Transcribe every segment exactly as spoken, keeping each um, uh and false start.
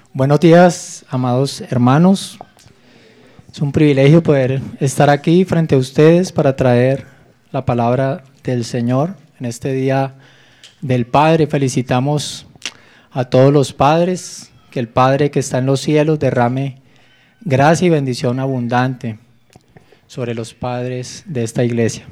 Buenos días, amados hermanos. Es un privilegio poder estar aquí frente a ustedes para traer la palabra del Señor en este día del Padre. Felicitamos a todos los padres, que el Padre que está en los cielos derrame gracia y bendición abundante sobre los padres de esta iglesia.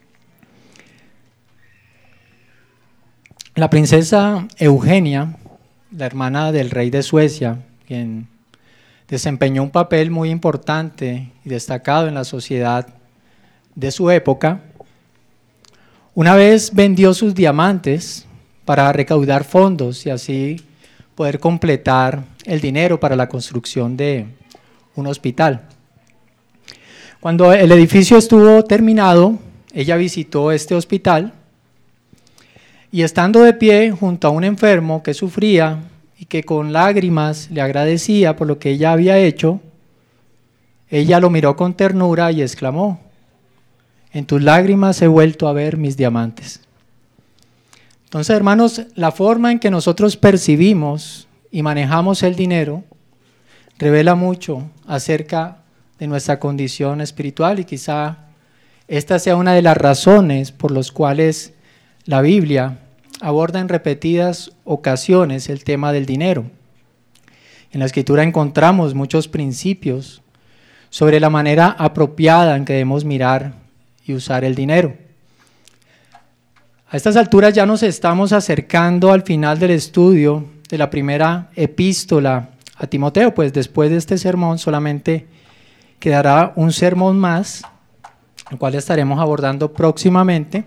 La princesa Eugenia, la hermana del rey de Suecia, quien desempeñó un papel muy importante y destacado en la sociedad de su época, una vez vendió sus diamantes para recaudar fondos y así poder completar el dinero para la construcción de un hospital. Cuando el edificio estuvo terminado, ella visitó este hospital y estando de pie junto a un enfermo que sufría y que con lágrimas le agradecía por lo que ella había hecho, ella lo miró con ternura y exclamó: en tus lágrimas he vuelto a ver mis diamantes. Entonces, hermanos, la forma en que nosotros percibimos y manejamos el dinero revela mucho acerca de nuestra condición espiritual, y quizá esta sea una de las razones por las cuales la Biblia aborda en repetidas ocasiones el tema del dinero. En la Escritura encontramos muchos principios sobre la manera apropiada en que debemos mirar y usar el dinero. A estas alturas ya nos estamos acercando al final del estudio de la primera epístola a Timoteo, pues después de este sermón solamente quedará un sermón más, el cual estaremos abordando próximamente.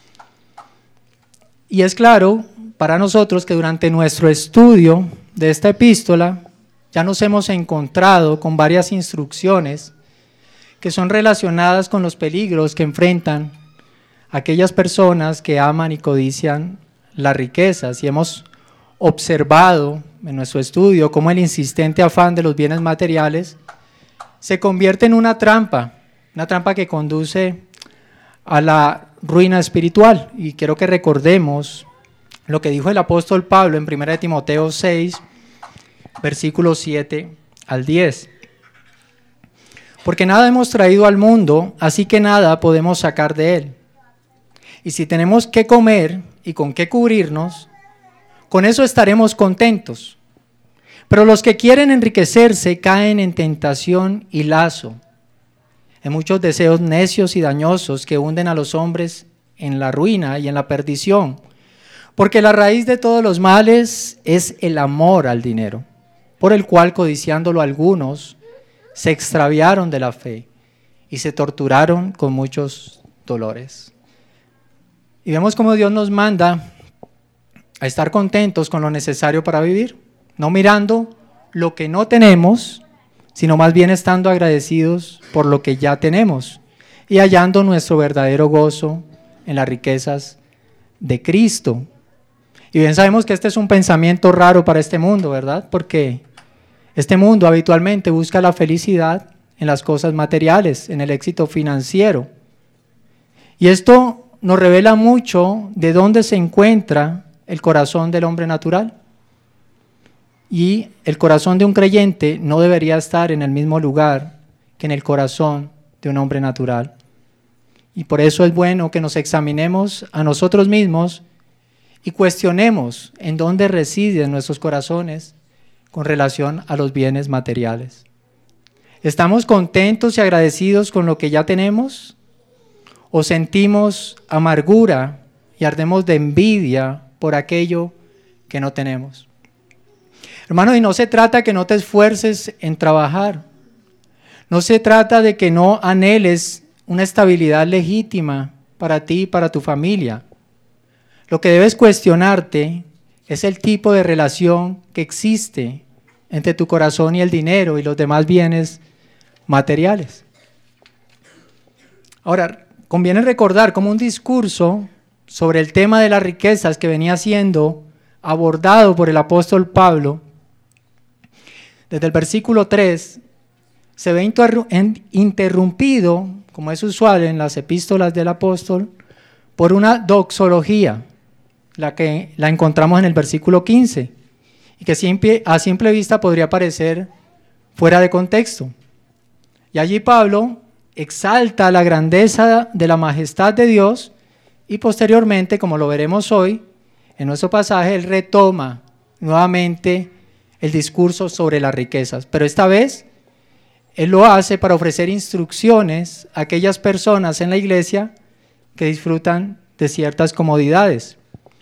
Y es claro para nosotros que durante nuestro estudio de esta epístola ya nos hemos encontrado con varias instrucciones que son relacionadas con los peligros que enfrentan aquellas personas que aman y codician las riquezas, y hemos observado en nuestro estudio cómo el insistente afán de los bienes materiales se convierte en una trampa, una trampa que conduce a la ruina espiritual. Y quiero que recordemos lo que dijo el apóstol Pablo en primera de Timoteo seis, versículos siete al diez. Porque nada hemos traído al mundo, así que nada podemos sacar de él. Y si tenemos qué comer y con qué cubrirnos, con eso estaremos contentos. Pero los que quieren enriquecerse caen en tentación y lazo, en muchos deseos necios y dañosos que hunden a los hombres en la ruina y en la perdición, porque la raíz de todos los males es el amor al dinero, por el cual, codiciándolo algunos, se extraviaron de la fe y se torturaron con muchos dolores. Y vemos cómo Dios nos manda a estar contentos con lo necesario para vivir, no mirando lo que no tenemos, sino más bien estando agradecidos por lo que ya tenemos y hallando nuestro verdadero gozo en las riquezas de Cristo. Y bien sabemos que este es un pensamiento raro para este mundo, ¿verdad? Porque este mundo habitualmente busca la felicidad en las cosas materiales, en el éxito financiero. Y esto nos revela mucho de dónde se encuentra el corazón del hombre natural. Y el corazón de un creyente no debería estar en el mismo lugar que en el corazón de un hombre natural. Y por eso es bueno que nos examinemos a nosotros mismos y cuestionemos en dónde residen nuestros corazones con relación a los bienes materiales. ¿Estamos contentos y agradecidos con lo que ya tenemos? ¿O sentimos amargura y ardemos de envidia por aquello que no tenemos? Hermano, y no se trata que no te esfuerces en trabajar. No se trata de que no anheles una estabilidad legítima para ti y para tu familia. Lo que debes cuestionarte es el tipo de relación que existe entre tu corazón y el dinero y los demás bienes materiales. Ahora, conviene recordar cómo un discurso sobre el tema de las riquezas que venía siendo abordado por el apóstol Pablo, desde el versículo tres, se ve interrumpido, como es usual en las epístolas del apóstol, por una doxología, la que la encontramos en el versículo quince. y que simple, a simple vista podría parecer fuera de contexto. Y allí Pablo exalta la grandeza de la majestad de Dios y posteriormente, como lo veremos hoy, en nuestro pasaje, él retoma nuevamente el discurso sobre las riquezas, pero esta vez él lo hace para ofrecer instrucciones a aquellas personas en la iglesia que disfrutan de ciertas comodidades.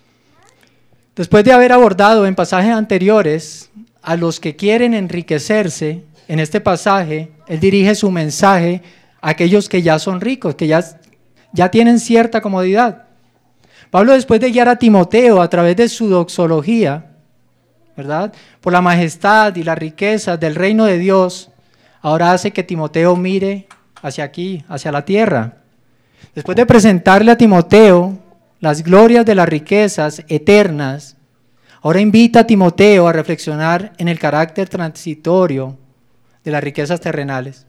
Después de haber abordado en pasajes anteriores a los que quieren enriquecerse, en este pasaje él dirige su mensaje a aquellos que ya son ricos, que ya, ya tienen cierta comodidad. Pablo, después de guiar a Timoteo a través de su doxología, ¿verdad?, por la majestad y las riquezas del reino de Dios, ahora hace que Timoteo mire hacia aquí, hacia la tierra. Después de presentarle a Timoteo las glorias de las riquezas eternas, ahora invita a Timoteo a reflexionar en el carácter transitorio de las riquezas terrenales.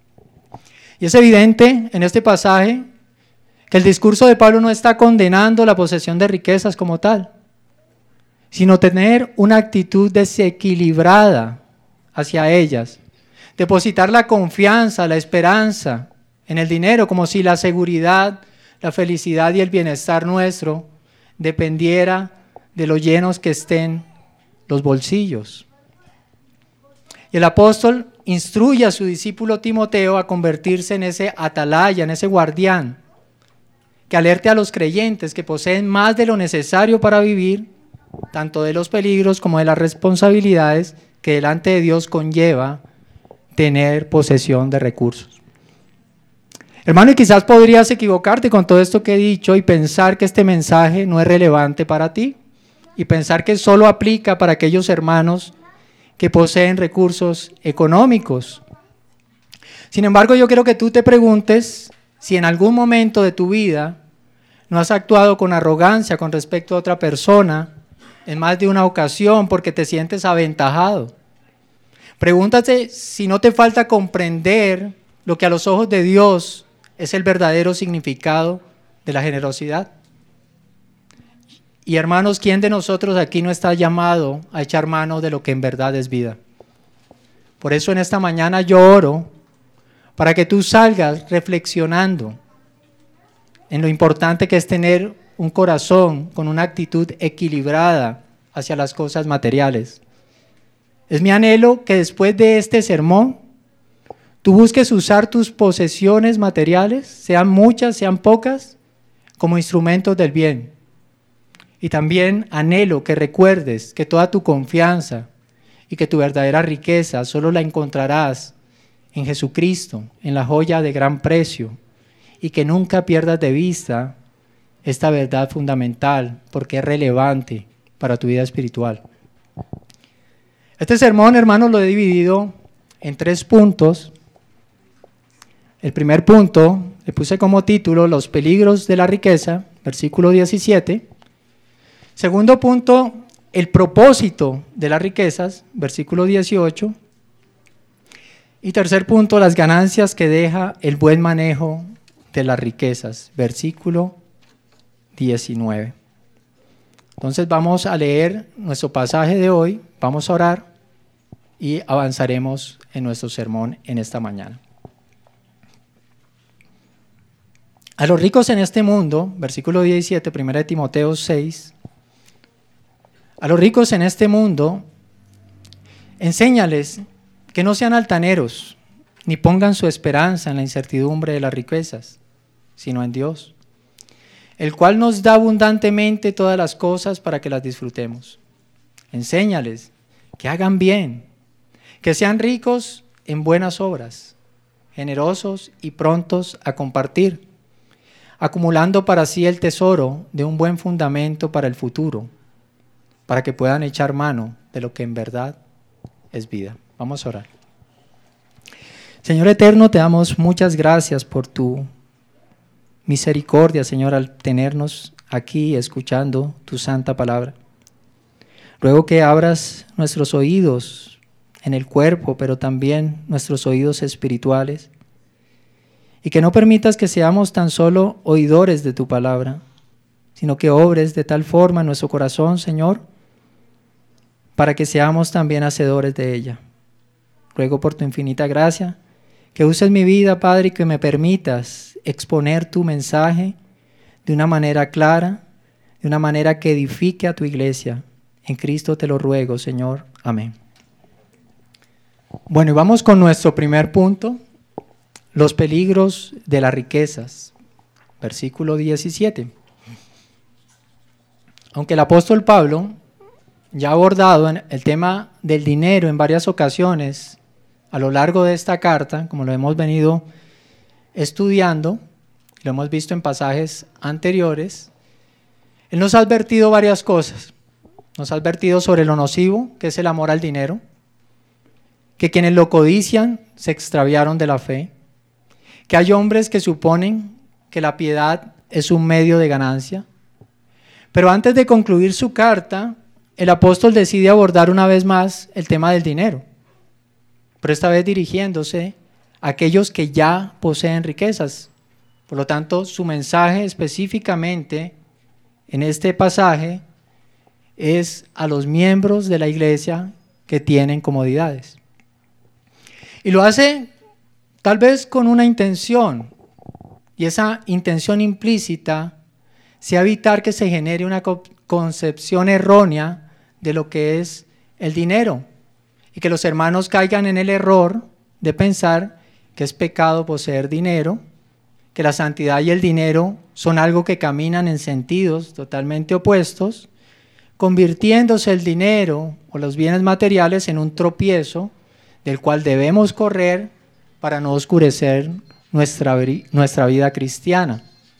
Y es evidente en este pasaje que el discurso de Pablo no está condenando la posesión de riquezas como tal, sino tener una actitud desequilibrada hacia ellas, depositar la confianza, la esperanza en el dinero, como si la seguridad, la felicidad y el bienestar nuestro dependiera de lo llenos que estén los bolsillos. Y el apóstol instruye a su discípulo Timoteo a convertirse en ese atalaya, en ese guardián, que alerte a los creyentes que poseen más de lo necesario para vivir, tanto de los peligros como de las responsabilidades que delante de Dios conlleva tener posesión de recursos. Hermano, y quizás podrías equivocarte con todo esto que he dicho y pensar que este mensaje no es relevante para ti y pensar que solo aplica para aquellos hermanos que poseen recursos económicos. Sin embargo, yo quiero que tú te preguntes si en algún momento de tu vida no has actuado con arrogancia con respecto a otra persona en más de una ocasión porque te sientes aventajado. Pregúntate si no te falta comprender lo que a los ojos de Dios es el verdadero significado de la generosidad. Y hermanos, ¿quién de nosotros aquí no está llamado a echar mano de lo que en verdad es vida? Por eso en esta mañana yo oro para que tú salgas reflexionando en lo importante que es tener un corazón con una actitud equilibrada hacia las cosas materiales. Es mi anhelo que después de este sermón tú busques usar tus posesiones materiales, sean muchas, sean pocas, como instrumentos del bien. Y también anhelo que recuerdes que toda tu confianza y que tu verdadera riqueza solo la encontrarás en Jesucristo, en la joya de gran precio, y que nunca pierdas de vista esta verdad fundamental porque es relevante para tu vida espiritual. Este sermón, hermanos, lo he dividido en tres puntos. El primer punto le puse como título Los peligros de la riqueza, versículo diecisiete. Segundo punto, el propósito de las riquezas, versículo dieciocho. Y tercer punto, las ganancias que deja el buen manejo de las riquezas, versículo diecinueve. Entonces vamos a leer nuestro pasaje de hoy, vamos a orar y avanzaremos en nuestro sermón en esta mañana. A los ricos en este mundo, versículo diecisiete, primera de Timoteo seis, a los ricos en este mundo, enséñales que no sean altaneros, ni pongan su esperanza en la incertidumbre de las riquezas, sino en Dios, el cual nos da abundantemente todas las cosas para que las disfrutemos. Enséñales que hagan bien, que sean ricos en buenas obras, generosos y prontos a compartir, acumulando para sí el tesoro de un buen fundamento para el futuro, para que puedan echar mano de lo que en verdad es vida. Vamos a orar. Señor eterno, te damos muchas gracias por tu misericordia, Señor, al tenernos aquí escuchando tu santa palabra. Ruego que abras nuestros oídos en el cuerpo, pero también nuestros oídos espirituales, y que no permitas que seamos tan solo oidores de tu palabra, sino que obres de tal forma en nuestro corazón, Señor, para que seamos también hacedores de ella. Ruego por tu infinita gracia que uses mi vida, Padre, y que me permitas exponer tu mensaje de una manera clara, de una manera que edifique a tu iglesia. En Cristo te lo ruego, Señor. Amén. Bueno, y vamos con nuestro primer punto, los peligros de las riquezas. Versículo diecisiete. Aunque el apóstol Pablo ya ha abordado el tema del dinero en varias ocasiones a lo largo de esta carta, como lo hemos venido estudiando, lo hemos visto en pasajes anteriores, él nos ha advertido varias cosas. Nos ha advertido sobre lo nocivo que es el amor al dinero, que quienes lo codician se extraviaron de la fe, que hay hombres que suponen que la piedad es un medio de ganancia. Pero antes de concluir su carta, el apóstol decide abordar una vez más el tema del dinero, pero esta vez dirigiéndose a aquellos que ya poseen riquezas. Por lo tanto, su mensaje específicamente en este pasaje es a los miembros de la iglesia que tienen comodidades. Y lo hace tal vez con una intención, y esa intención implícita sea evitar que se genere una concepción errónea de lo que es el dinero, y que los hermanos caigan en el error de pensar que es pecado poseer dinero, que la santidad y el dinero son algo que caminan en sentidos totalmente opuestos, convirtiéndose el dinero o los bienes materiales en un tropiezo del cual debemos correr para no oscurecer nuestra, nuestra vida cristiana.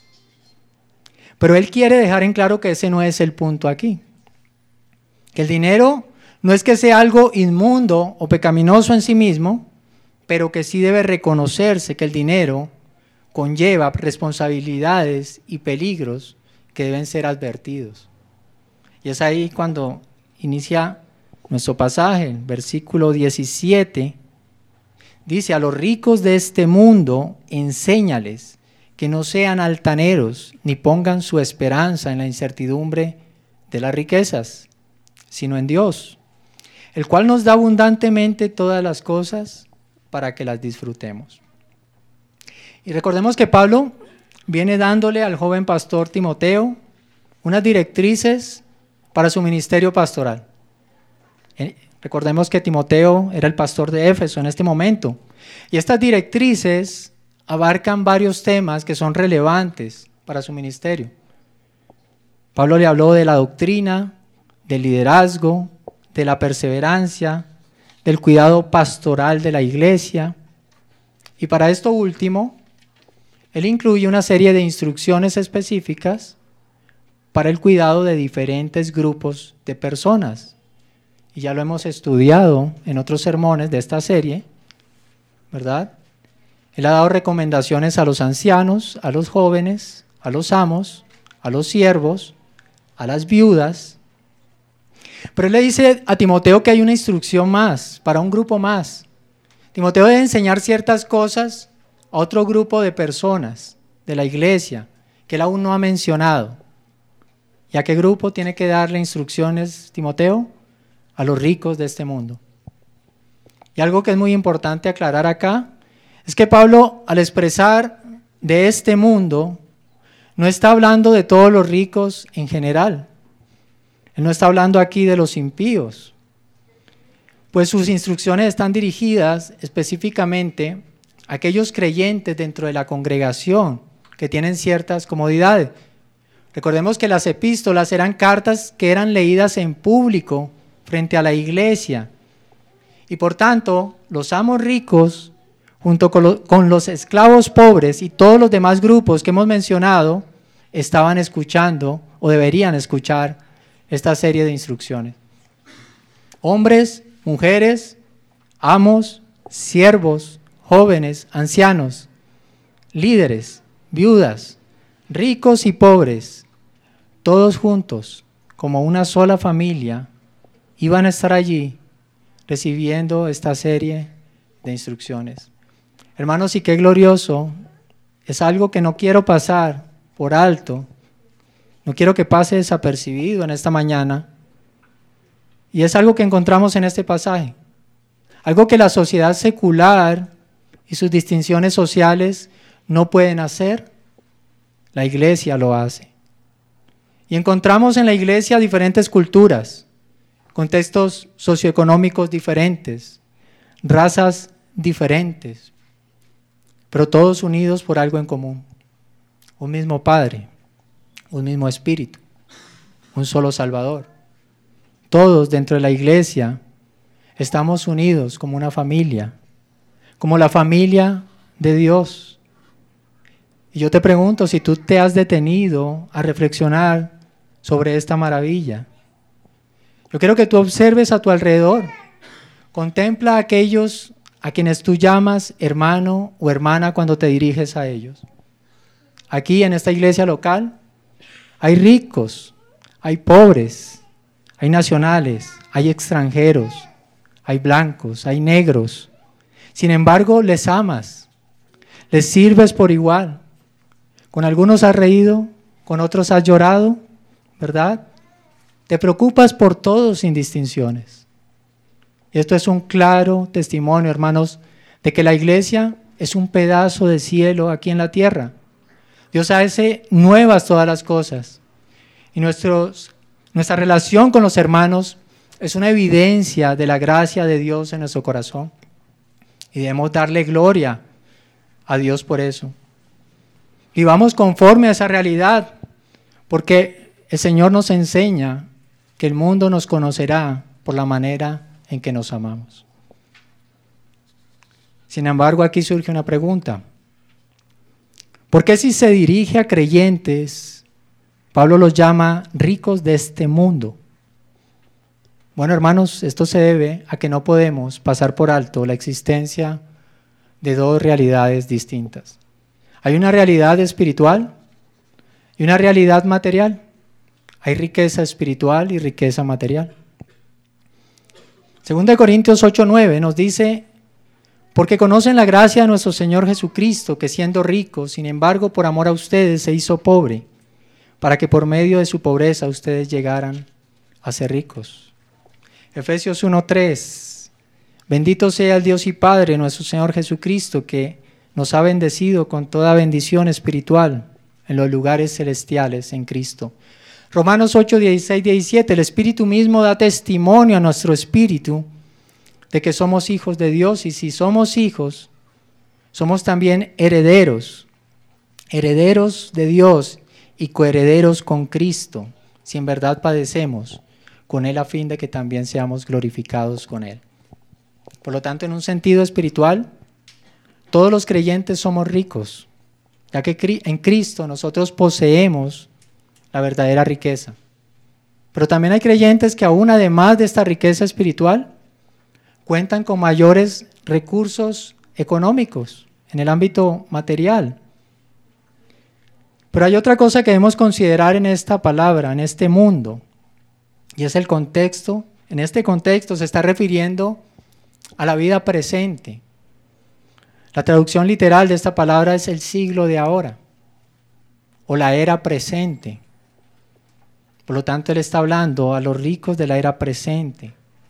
Pero él quiere dejar en claro que ese no es el punto aquí. Que el dinero no es que sea algo inmundo o pecaminoso en sí mismo, pero que sí debe reconocerse que el dinero conlleva responsabilidades y peligros que deben ser advertidos. Y es ahí cuando inicia nuestro pasaje, el versículo diecisiete, dice: a los ricos de este mundo enséñales que no sean altaneros, ni pongan su esperanza en la incertidumbre de las riquezas, sino en Dios, el cual nos da abundantemente todas las cosas para que las disfrutemos. Y recordemos que Pablo viene dándole al joven pastor Timoteo unas directrices para su ministerio pastoral. Recordemos que Timoteo era el pastor de Éfeso en este momento. Y estas directrices abarcan varios temas que son relevantes para su ministerio. Pablo le habló de la doctrina, del liderazgo, de la perseverancia, del cuidado pastoral de la iglesia. Y para esto último, él incluye una serie de instrucciones específicas para el cuidado de diferentes grupos de personas. Y ya lo hemos estudiado en otros sermones de esta serie, ¿verdad? Él ha dado recomendaciones a los ancianos, a los jóvenes, a los amos, a los siervos, a las viudas. Pero él le dice a Timoteo que hay una instrucción más, para un grupo más. Timoteo debe enseñar ciertas cosas a otro grupo de personas de la iglesia que él aún no ha mencionado. ¿Y a qué grupo tiene que darle instrucciones Timoteo? A los ricos de este mundo. Y algo que es muy importante aclarar acá es que Pablo, al expresar de este mundo, no está hablando de todos los ricos en general. Él no está hablando aquí de los impíos, pues sus instrucciones están dirigidas específicamente a aquellos creyentes dentro de la congregación que tienen ciertas comodidades. Recordemos que las epístolas eran cartas que eran leídas en público frente a la iglesia. Y por tanto, los amos ricos, junto con, lo, con los esclavos pobres y todos los demás grupos que hemos mencionado, estaban escuchando o deberían escuchar esta serie de instrucciones. Hombres, mujeres, amos, siervos, jóvenes, ancianos, líderes, viudas, ricos y pobres, todos juntos, como una sola familia, iban a estar allí recibiendo esta serie de instrucciones. Hermanos, y qué glorioso, es algo que no quiero pasar por alto, no quiero que pase desapercibido en esta mañana, Y es algo que encontramos en este pasaje. Algo que la sociedad secular y sus distinciones sociales no pueden hacer, la iglesia lo hace. Y encontramos en la iglesia diferentes culturas, contextos socioeconómicos diferentes, razas diferentes, pero todos unidos por algo en común. Un mismo Padre, un mismo Espíritu, un solo Salvador. Todos dentro de la iglesia estamos unidos como una familia, como la familia de Dios. Y yo te pregunto si tú te has detenido a reflexionar sobre esta maravilla. Yo quiero que tú observes a tu alrededor. Contempla a aquellos a quienes tú llamas hermano o hermana cuando te diriges a ellos. Aquí en esta iglesia local hay ricos, hay pobres, hay nacionales, hay extranjeros, hay blancos, hay negros. Sin embargo, les amas, les sirves por igual. Con algunos has reído, con otros has llorado, ¿verdad? Te preocupas por todos sin distinciones. Y esto es un claro testimonio, hermanos, de que la iglesia es un pedazo de cielo aquí en la tierra. Dios hace nuevas todas las cosas. Y nuestros, nuestra relación con los hermanos es una evidencia de la gracia de Dios en nuestro corazón. Y debemos darle gloria a Dios por eso. Vivamos conforme a esa realidad, porque el Señor nos enseña que el mundo nos conocerá por la manera en que nos amamos. Sin embargo, aquí surge una pregunta. ¿Por qué si se dirige a creyentes, Pablo los llama ricos de este mundo? Bueno, hermanos, esto se debe a que no podemos pasar por alto la existencia de dos realidades distintas. Hay una realidad espiritual y una realidad material. Hay riqueza espiritual y riqueza material. Segunda de Corintios ocho nueve nos dice: porque conocen la gracia de nuestro Señor Jesucristo, que siendo rico, sin embargo, por amor a ustedes se hizo pobre, para que por medio de su pobreza ustedes llegaran a ser ricos. Efesios uno tres: bendito sea el Dios y Padre nuestro Señor Jesucristo, que nos ha bendecido con toda bendición espiritual en los lugares celestiales en Cristo. Romanos ocho dieciséis diecisiete: el Espíritu mismo da testimonio a nuestro espíritu de que somos hijos de Dios, y si somos hijos, somos también herederos, herederos de Dios y coherederos con Cristo, si en verdad padecemos con Él a fin de que también seamos glorificados con Él. Por lo tanto, en un sentido espiritual, todos los creyentes somos ricos, ya que en Cristo nosotros poseemos la verdadera riqueza. Pero también hay creyentes que aún además de esta riqueza espiritual, cuentan con mayores recursos económicos en el ámbito material. Pero hay otra cosa que debemos considerar en esta palabra, en este mundo, y es el contexto. En este contexto se está refiriendo a la vida presente. La traducción literal de esta palabra es el siglo de ahora, o la era presente. Por lo tanto, él está hablando a los ricos de la era presente.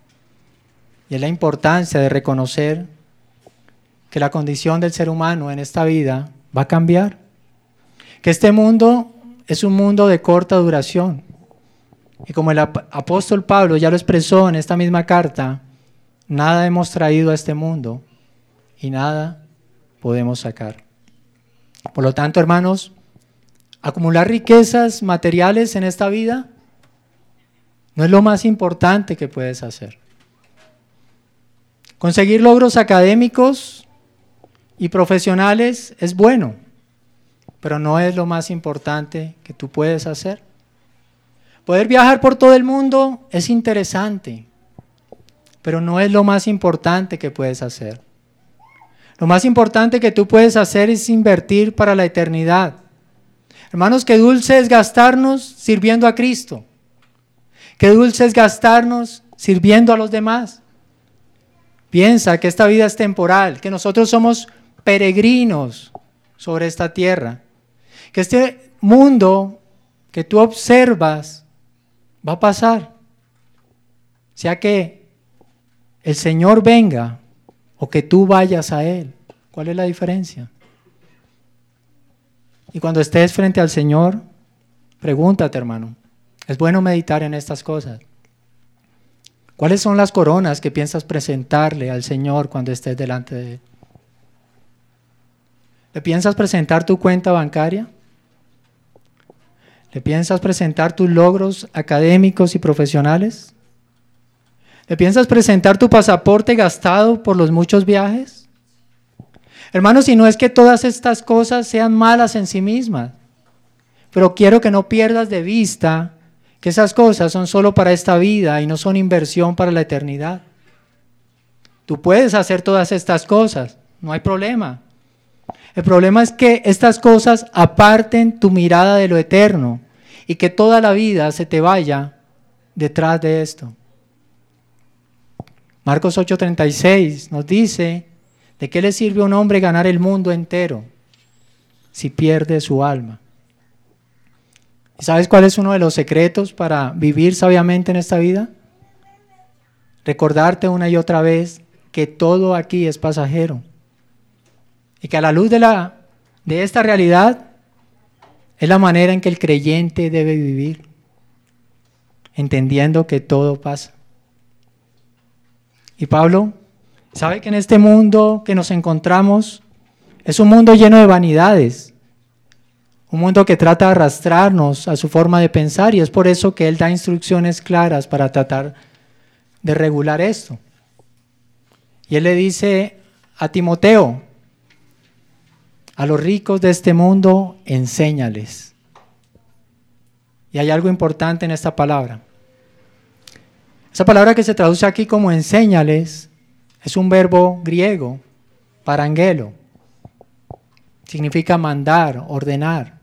Y es la importancia de reconocer que la condición del ser humano en esta vida va a cambiar. Que este mundo es un mundo de corta duración. Y como el apóstol Pablo ya lo expresó en esta misma carta, nada hemos traído a este mundo y nada podemos sacar. Por lo tanto, hermanos, acumular riquezas materiales en esta vida no es lo más importante que puedes hacer. Conseguir logros académicos y profesionales es bueno, pero no es lo más importante que tú puedes hacer. Poder viajar por todo el mundo es interesante, pero no es lo más importante que puedes hacer. Lo más importante que tú puedes hacer es invertir para la eternidad. Hermanos, qué dulce es gastarnos sirviendo a Cristo. Qué dulce es gastarnos sirviendo a los demás. Piensa que esta vida es temporal, que nosotros somos peregrinos sobre esta tierra, que este mundo que tú observas va a pasar. sea que el Señor venga o que tú vayas a Él. ¿Cuál es la diferencia? Y cuando estés frente al Señor, pregúntate, hermano, es bueno meditar en estas cosas. ¿Cuáles son las coronas que piensas presentarle al Señor cuando estés delante de Él? ¿Le piensas presentar tu cuenta bancaria? ¿Le piensas presentar tus logros académicos y profesionales? ¿Le piensas presentar tu pasaporte gastado por los muchos viajes? Hermanos, si no es que todas estas cosas sean malas en sí mismas, pero quiero que no pierdas de vista que esas cosas son solo para esta vida y no son inversión para la eternidad. Tú puedes hacer todas estas cosas, no hay problema. El problema es que estas cosas aparten tu mirada de lo eterno y que toda la vida se te vaya detrás de esto. Marcos ocho treinta y seis nos dice, ¿de qué le sirve a un hombre ganar el mundo entero si pierde su alma? ¿Y sabes cuál es uno de los secretos para vivir sabiamente en esta vida? Recordarte una y otra vez que todo aquí es pasajero y que a la luz de, la, de esta realidad es la manera en que el creyente debe vivir, entendiendo que todo pasa. Y Pablo sabe que en este mundo que nos encontramos es un mundo lleno de vanidades, un mundo que trata de arrastrarnos a su forma de pensar, y es por eso que él da instrucciones claras para tratar de regular esto. Y él le dice a Timoteo, a los ricos de este mundo, enséñales. Y hay algo importante en esta palabra. Esa palabra que se traduce aquí como enséñales es un verbo griego, parangelo. Significa mandar, ordenar.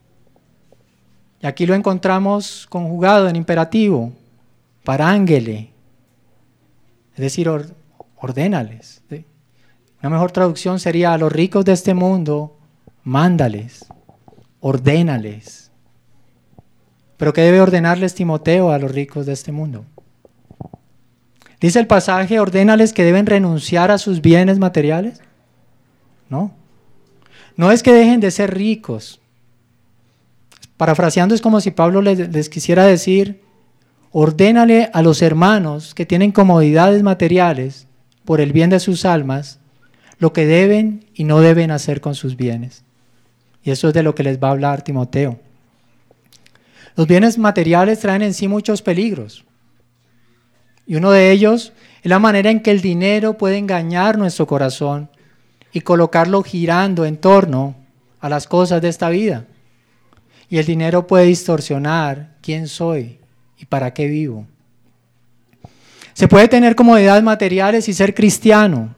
Y aquí lo encontramos conjugado en imperativo, parángele, es decir, or, ordénales. ¿Sí? Una mejor traducción sería a los ricos de este mundo, mándales, ordénales. ¿Pero qué debe ordenarles Timoteo a los ricos de este mundo? Dice el pasaje, ordénales que deben renunciar a sus bienes materiales. No, no es que dejen de ser ricos. Parafraseando es como si Pablo les, les quisiera decir, ordénale a los hermanos que tienen comodidades materiales por el bien de sus almas, lo que deben y no deben hacer con sus bienes. Y eso es de lo que les va a hablar Timoteo. Los bienes materiales traen en sí muchos peligros. Y uno de ellos es la manera en que el dinero puede engañar nuestro corazón y colocarlo girando en torno a las cosas de esta vida. Y el dinero puede distorsionar quién soy y para qué vivo. Se puede tener comodidades materiales y ser cristiano,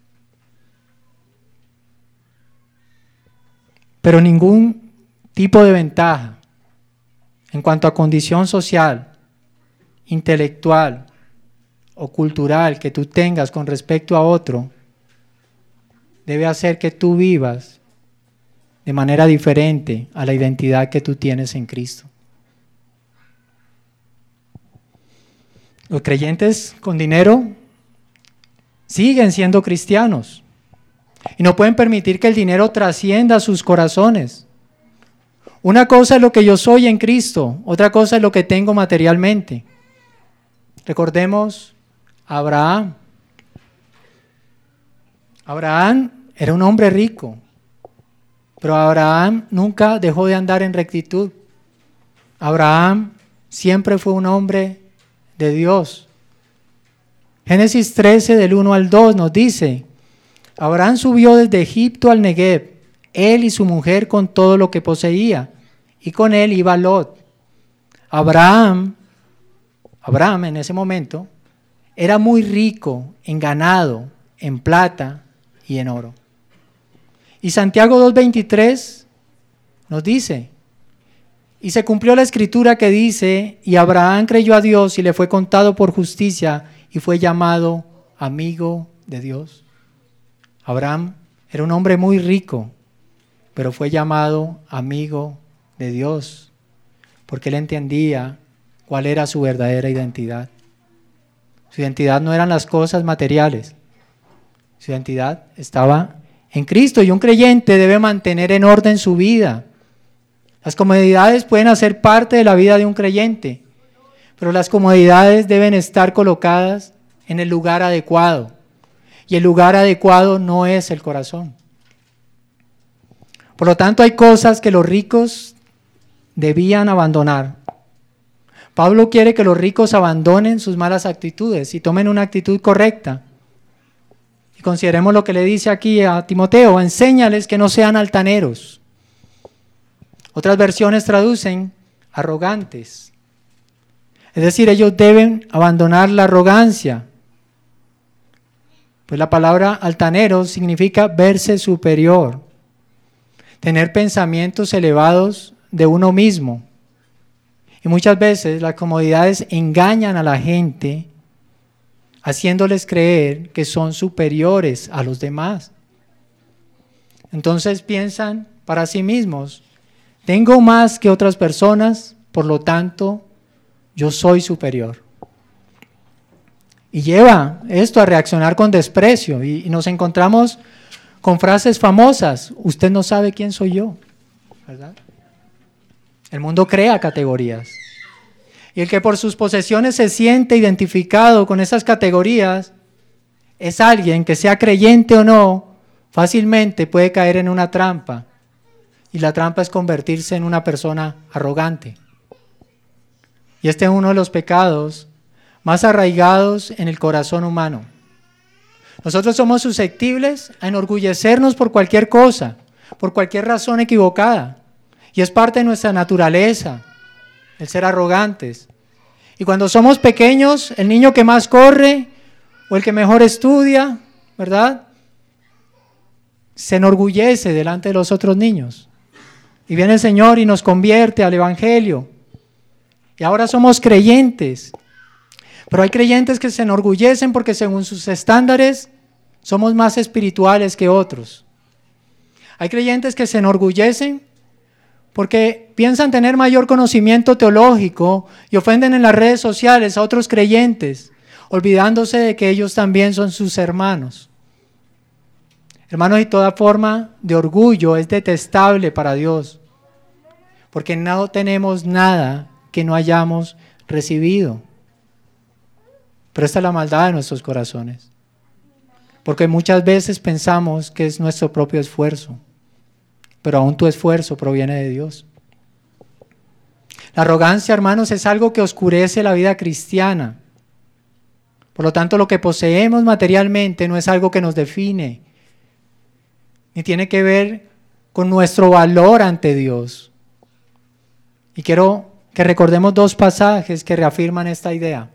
pero ningún tipo de ventaja en cuanto a condición social, intelectual o cultural que tú tengas con respecto a otro debe hacer que tú vivas de manera diferente a la identidad que tú tienes en Cristo. Los creyentes con dinero siguen siendo cristianos y no pueden permitir que el dinero trascienda sus corazones. Una cosa es lo que yo soy en Cristo, otra cosa es lo que tengo materialmente. Recordemos a Abraham. Abraham era un hombre rico, pero Abraham nunca dejó de andar en rectitud. Abraham siempre fue un hombre de Dios. Génesis trece del uno al dos nos dice, Abraham subió desde Egipto al Negev, él y su mujer con todo lo que poseía, y con él iba Lot. Abraham, Abraham en ese momento, era muy rico en ganado, en plata y en oro. Y Santiago dos veintitrés nos dice, y se cumplió la escritura que dice, y Abraham creyó a Dios y le fue contado por justicia y fue llamado amigo de Dios. Abraham era un hombre muy rico, pero fue llamado amigo de Dios, porque él entendía cuál era su verdadera identidad. Su identidad no eran las cosas materiales. Su identidad estaba en Cristo, y un creyente debe mantener en orden su vida. Las comodidades pueden hacer parte de la vida de un creyente, pero las comodidades deben estar colocadas en el lugar adecuado, y el lugar adecuado no es el corazón. Por lo tanto, hay cosas que los ricos debían abandonar. Pablo quiere que los ricos abandonen sus malas actitudes y tomen una actitud correcta. Y consideremos lo que le dice aquí a Timoteo: enséñales que no sean altaneros. Otras versiones traducen arrogantes. Es decir, ellos deben abandonar la arrogancia. Pues la palabra altanero significa verse superior, tener pensamientos elevados de uno mismo. Y muchas veces las comodidades engañan a la gente, haciéndoles creer que son superiores a los demás. Entonces piensan para sí mismos: tengo más que otras personas, por lo tanto, yo soy superior. Y lleva esto a reaccionar con desprecio, y, y nos encontramos con frases famosas: usted no sabe quién soy yo, ¿verdad? El mundo crea categorías. Y el que por sus posesiones se siente identificado con esas categorías es alguien que, sea creyente o no, fácilmente puede caer en una trampa. Y la trampa es convertirse en una persona arrogante. Y este es uno de los pecados más arraigados en el corazón humano. Nosotros somos susceptibles a enorgullecernos por cualquier cosa, por cualquier razón equivocada. Y es parte de nuestra naturaleza el ser arrogantes. Y cuando somos pequeños, el niño que más corre o el que mejor estudia, ¿verdad?, se enorgullece delante de los otros niños. Y viene el Señor y nos convierte al Evangelio. Y ahora somos creyentes. Pero hay creyentes que se enorgullecen porque según sus estándares somos más espirituales que otros. Hay creyentes que se enorgullecen porque piensan tener mayor conocimiento teológico y ofenden en las redes sociales a otros creyentes, olvidándose de que ellos también son sus hermanos. Hermanos, y toda forma de orgullo es detestable para Dios, porque no tenemos nada que no hayamos recibido. Pero esta es la maldad de nuestros corazones, porque muchas veces pensamos que es nuestro propio esfuerzo, pero aún tu esfuerzo proviene de Dios. La arrogancia, hermanos, es algo que oscurece la vida cristiana. Por lo tanto, lo que poseemos materialmente no es algo que nos define, ni tiene que ver con nuestro valor ante Dios. Y quiero que recordemos dos pasajes que reafirman esta idea.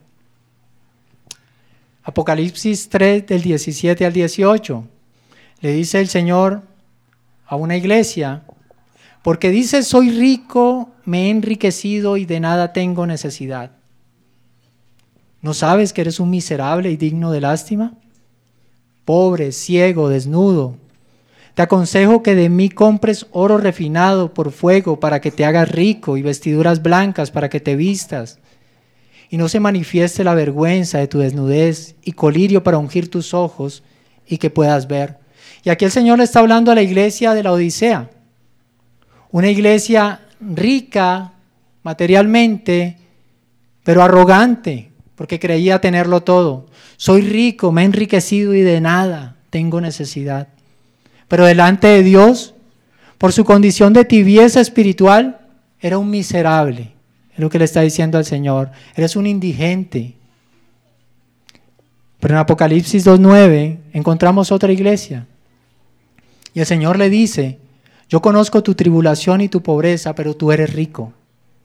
Apocalipsis tres, del diecisiete al dieciocho. Le dice el Señor a una iglesia: porque dices, soy rico, me he enriquecido y de nada tengo necesidad. ¿No sabes que eres un miserable y digno de lástima? Pobre, ciego, desnudo. Te aconsejo que de mí compres oro refinado por fuego para que te hagas rico, y vestiduras blancas para que te vistas, y no se manifieste la vergüenza de tu desnudez, y colirio para ungir tus ojos y que puedas ver. Y aquí el Señor le está hablando a la iglesia de la Odisea, una iglesia rica materialmente, pero arrogante, porque creía tenerlo todo. Soy rico, me he enriquecido y de nada tengo necesidad. Pero delante de Dios, por su condición de tibieza espiritual, era un miserable. Es lo que le está diciendo al Señor. Eres un indigente. Pero en Apocalipsis dos nueve encontramos otra iglesia. Y el Señor le dice: yo conozco tu tribulación y tu pobreza, pero tú eres rico.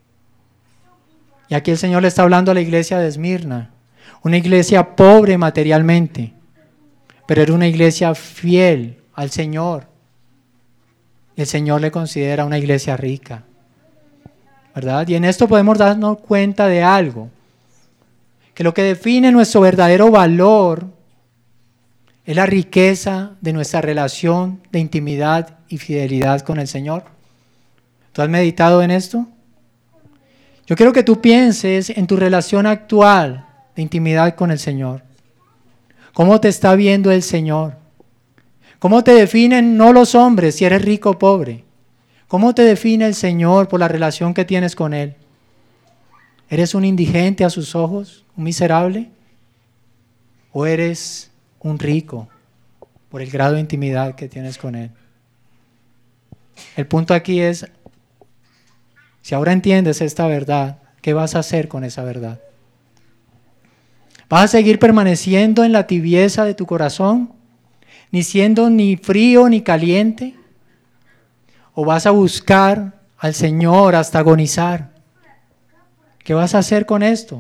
Y aquí el Señor le está hablando a la iglesia de Esmirna, una iglesia pobre materialmente, pero era una iglesia fiel al Señor. El Señor le considera una iglesia rica, ¿verdad? Y en esto podemos darnos cuenta de algo, que lo que define nuestro verdadero valor es la riqueza de nuestra relación de intimidad y fidelidad con el Señor. ¿Tú has meditado en esto? Yo quiero que tú pienses en tu relación actual de intimidad con el Señor? ¿Cómo te está viendo el Señor? ¿Cómo te definen no los hombres si eres rico o pobre? ¿Cómo te define el Señor por la relación que tienes con Él? ¿Eres un indigente a sus ojos, un miserable? ¿O eres un rico por el grado de intimidad que tienes con Él? El punto aquí es, si ahora entiendes esta verdad, ¿qué vas a hacer con esa verdad? ¿Vas a seguir permaneciendo en la tibieza de tu corazón, ni siendo ni frío ni caliente? ¿O vas a buscar al Señor hasta agonizar? ¿Qué vas a hacer con esto?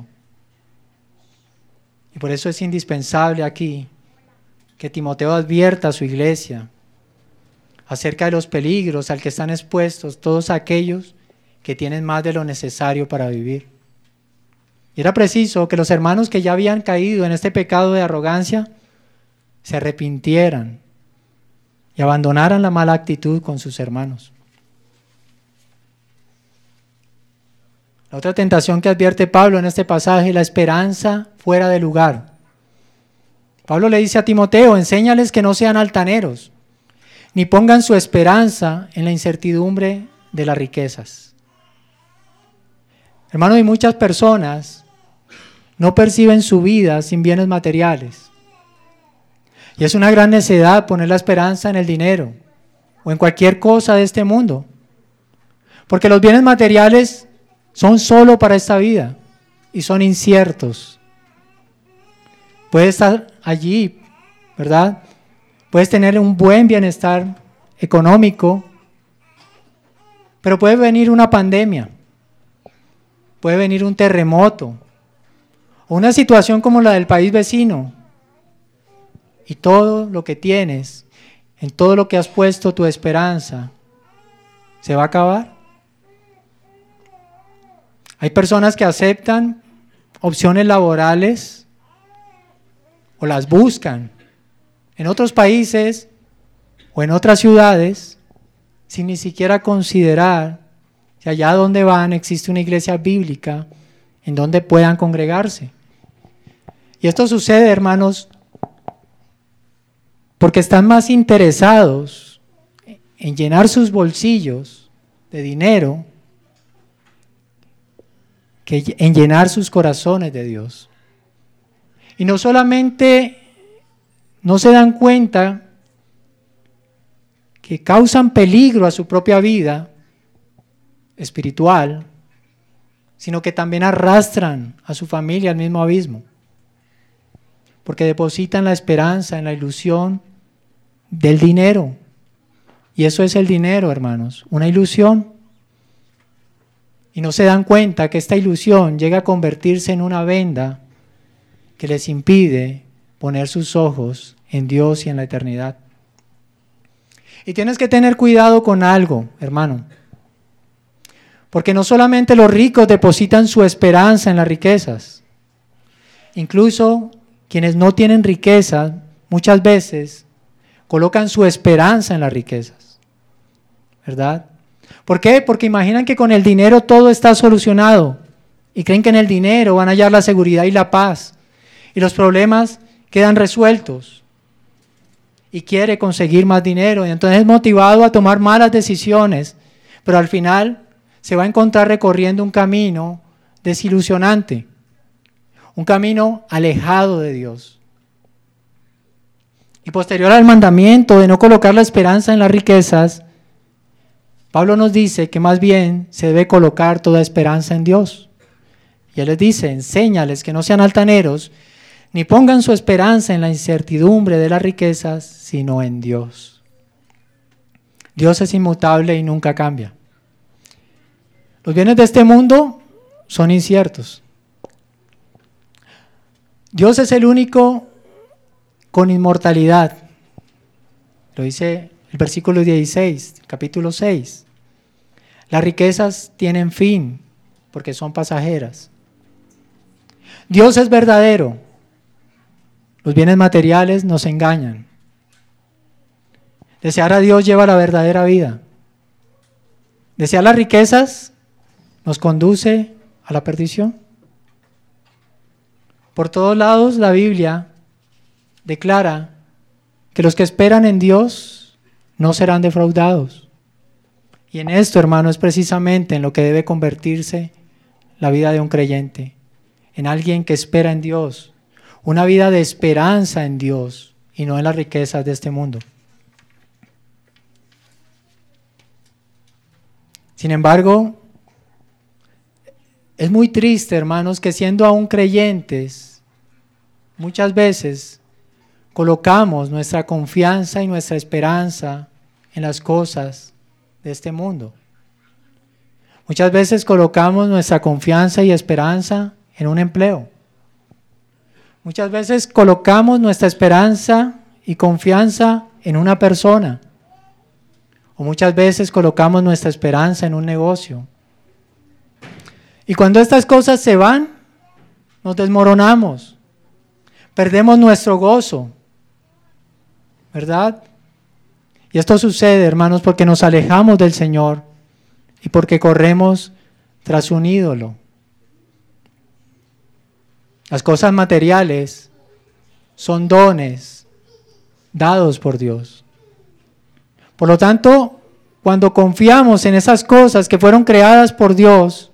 Y por eso es indispensable aquí que Timoteo advierta a su iglesia acerca de los peligros al que están expuestos todos aquellos que tienen más de lo necesario para vivir. Y era preciso que los hermanos que ya habían caído en este pecado de arrogancia se arrepintieran y abandonaran la mala actitud con sus hermanos. La otra tentación que advierte Pablo en este pasaje es la esperanza fuera de lugar. Pablo le dice a Timoteo, enséñales que no sean altaneros, ni pongan su esperanza en la incertidumbre de las riquezas. Hermanos, y muchas personas no perciben su vida sin bienes materiales. Y es una gran necedad poner la esperanza en el dinero o en cualquier cosa de este mundo. Porque los bienes materiales son solo para esta vida y son inciertos. Puedes estar allí, ¿verdad? Puedes tener un buen bienestar económico, pero puede venir una pandemia, puede venir un terremoto, o una situación como la del país vecino, y todo lo que tienes, en todo lo que has puesto tu esperanza, se va a acabar. Hay personas que aceptan opciones laborales o las buscan en otros países o en otras ciudades sin ni siquiera considerar si allá donde van existe una iglesia bíblica en donde puedan congregarse. Y esto sucede, hermanos, porque están más interesados en llenar sus bolsillos de dinero que en llenar sus corazones de Dios. Y no solamente no se dan cuenta que causan peligro a su propia vida espiritual, sino que también arrastran a su familia al mismo abismo, porque depositan la esperanza en la ilusión del dinero. Y eso es el dinero, hermanos, una ilusión. Y no se dan cuenta que esta ilusión llega a convertirse en una venda que les impide poner sus ojos en Dios y en la eternidad. Y tienes que tener cuidado con algo, hermano, porque no solamente los ricos depositan su esperanza en las riquezas, incluso quienes no tienen riqueza muchas veces colocan su esperanza en las riquezas, ¿verdad? ¿Por qué? Porque imaginan que con el dinero todo está solucionado y creen que en el dinero van a hallar la seguridad y la paz y los problemas quedan resueltos, y quiere conseguir más dinero y entonces es motivado a tomar malas decisiones, pero al final se va a encontrar recorriendo un camino desilusionante, un camino alejado de Dios. Y posterior al mandamiento de no colocar la esperanza en las riquezas, Pablo nos dice que más bien se debe colocar toda esperanza en Dios. Y él les dice, enséñales que no sean altaneros, ni pongan su esperanza en la incertidumbre de las riquezas, sino en Dios. Dios es inmutable y nunca cambia. Los bienes de este mundo son inciertos. Dios es el único con inmortalidad. Lo dice el versículo dieciséis, capítulo seis. Las riquezas tienen fin porque son pasajeras. Dios es verdadero. Los bienes materiales nos engañan. Desear a Dios lleva a la verdadera vida. Desear las riquezas nos conduce a la perdición. Por todos lados la Biblia declara que los que esperan en Dios no serán defraudados. Y en esto, hermano, es precisamente en lo que debe convertirse la vida de un creyente, en alguien que espera en Dios, una vida de esperanza en Dios y no en las riquezas de este mundo. Sin embargo, es muy triste, hermanos, que siendo aún creyentes, muchas veces colocamos nuestra confianza y nuestra esperanza en las cosas de este mundo. Muchas veces colocamos nuestra confianza y esperanza en un empleo. Muchas veces colocamos nuestra esperanza y confianza en una persona. O muchas veces colocamos nuestra esperanza en un negocio. Y cuando estas cosas se van, nos desmoronamos. Perdemos nuestro gozo. ¿Verdad? Y esto sucede, hermanos, porque nos alejamos del Señor y porque corremos tras un ídolo. Las cosas materiales son dones dados por Dios. Por lo tanto, cuando confiamos en esas cosas que fueron creadas por Dios,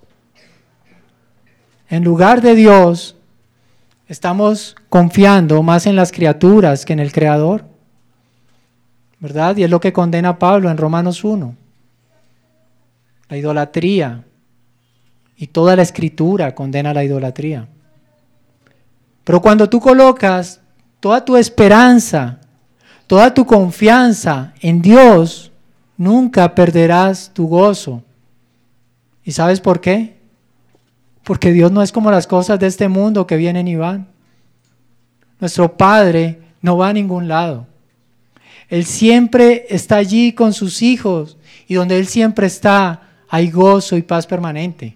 en lugar de Dios, estamos confiando más en las criaturas que en el Creador, ¿verdad? Y es lo que condena Pablo en Romanos uno. La idolatría, y toda la Escritura condena la idolatría. Pero cuando tú colocas toda tu esperanza, toda tu confianza en Dios, nunca perderás tu gozo. ¿Y sabes por qué? Porque Dios no es como las cosas de este mundo que vienen y van. Nuestro Padre no va a ningún lado. Él siempre está allí con sus hijos y donde Él siempre está hay gozo y paz permanente.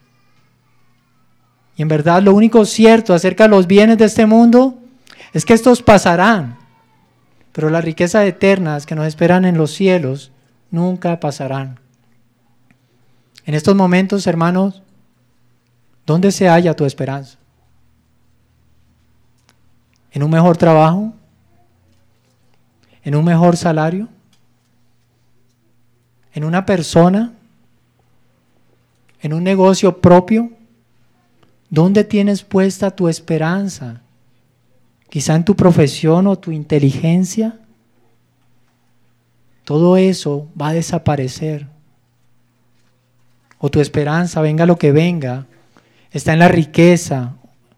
Y en verdad lo único cierto acerca de los bienes de este mundo es que estos pasarán, pero las riquezas eternas que nos esperan en los cielos nunca pasarán. En estos momentos, hermanos, ¿dónde se halla tu esperanza? ¿En un mejor trabajo? ¿En un mejor salario? ¿En una persona? ¿En un negocio propio? ¿Dónde tienes puesta tu esperanza? ¿Quizá en tu profesión o tu inteligencia? Todo eso va a desaparecer. O tu esperanza, venga lo que venga, está en la riqueza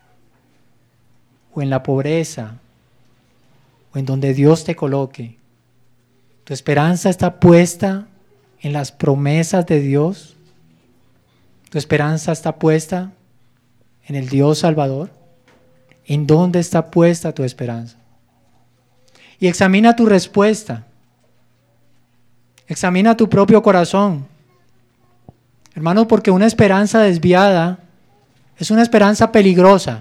o en la pobreza o en donde Dios te coloque. Tu esperanza está puesta en las promesas de Dios. Tu esperanza está puesta en el Dios Salvador. ¿En dónde está puesta tu esperanza? Y examina tu respuesta. Examina tu propio corazón. Hermanos, porque una esperanza desviada es una esperanza peligrosa.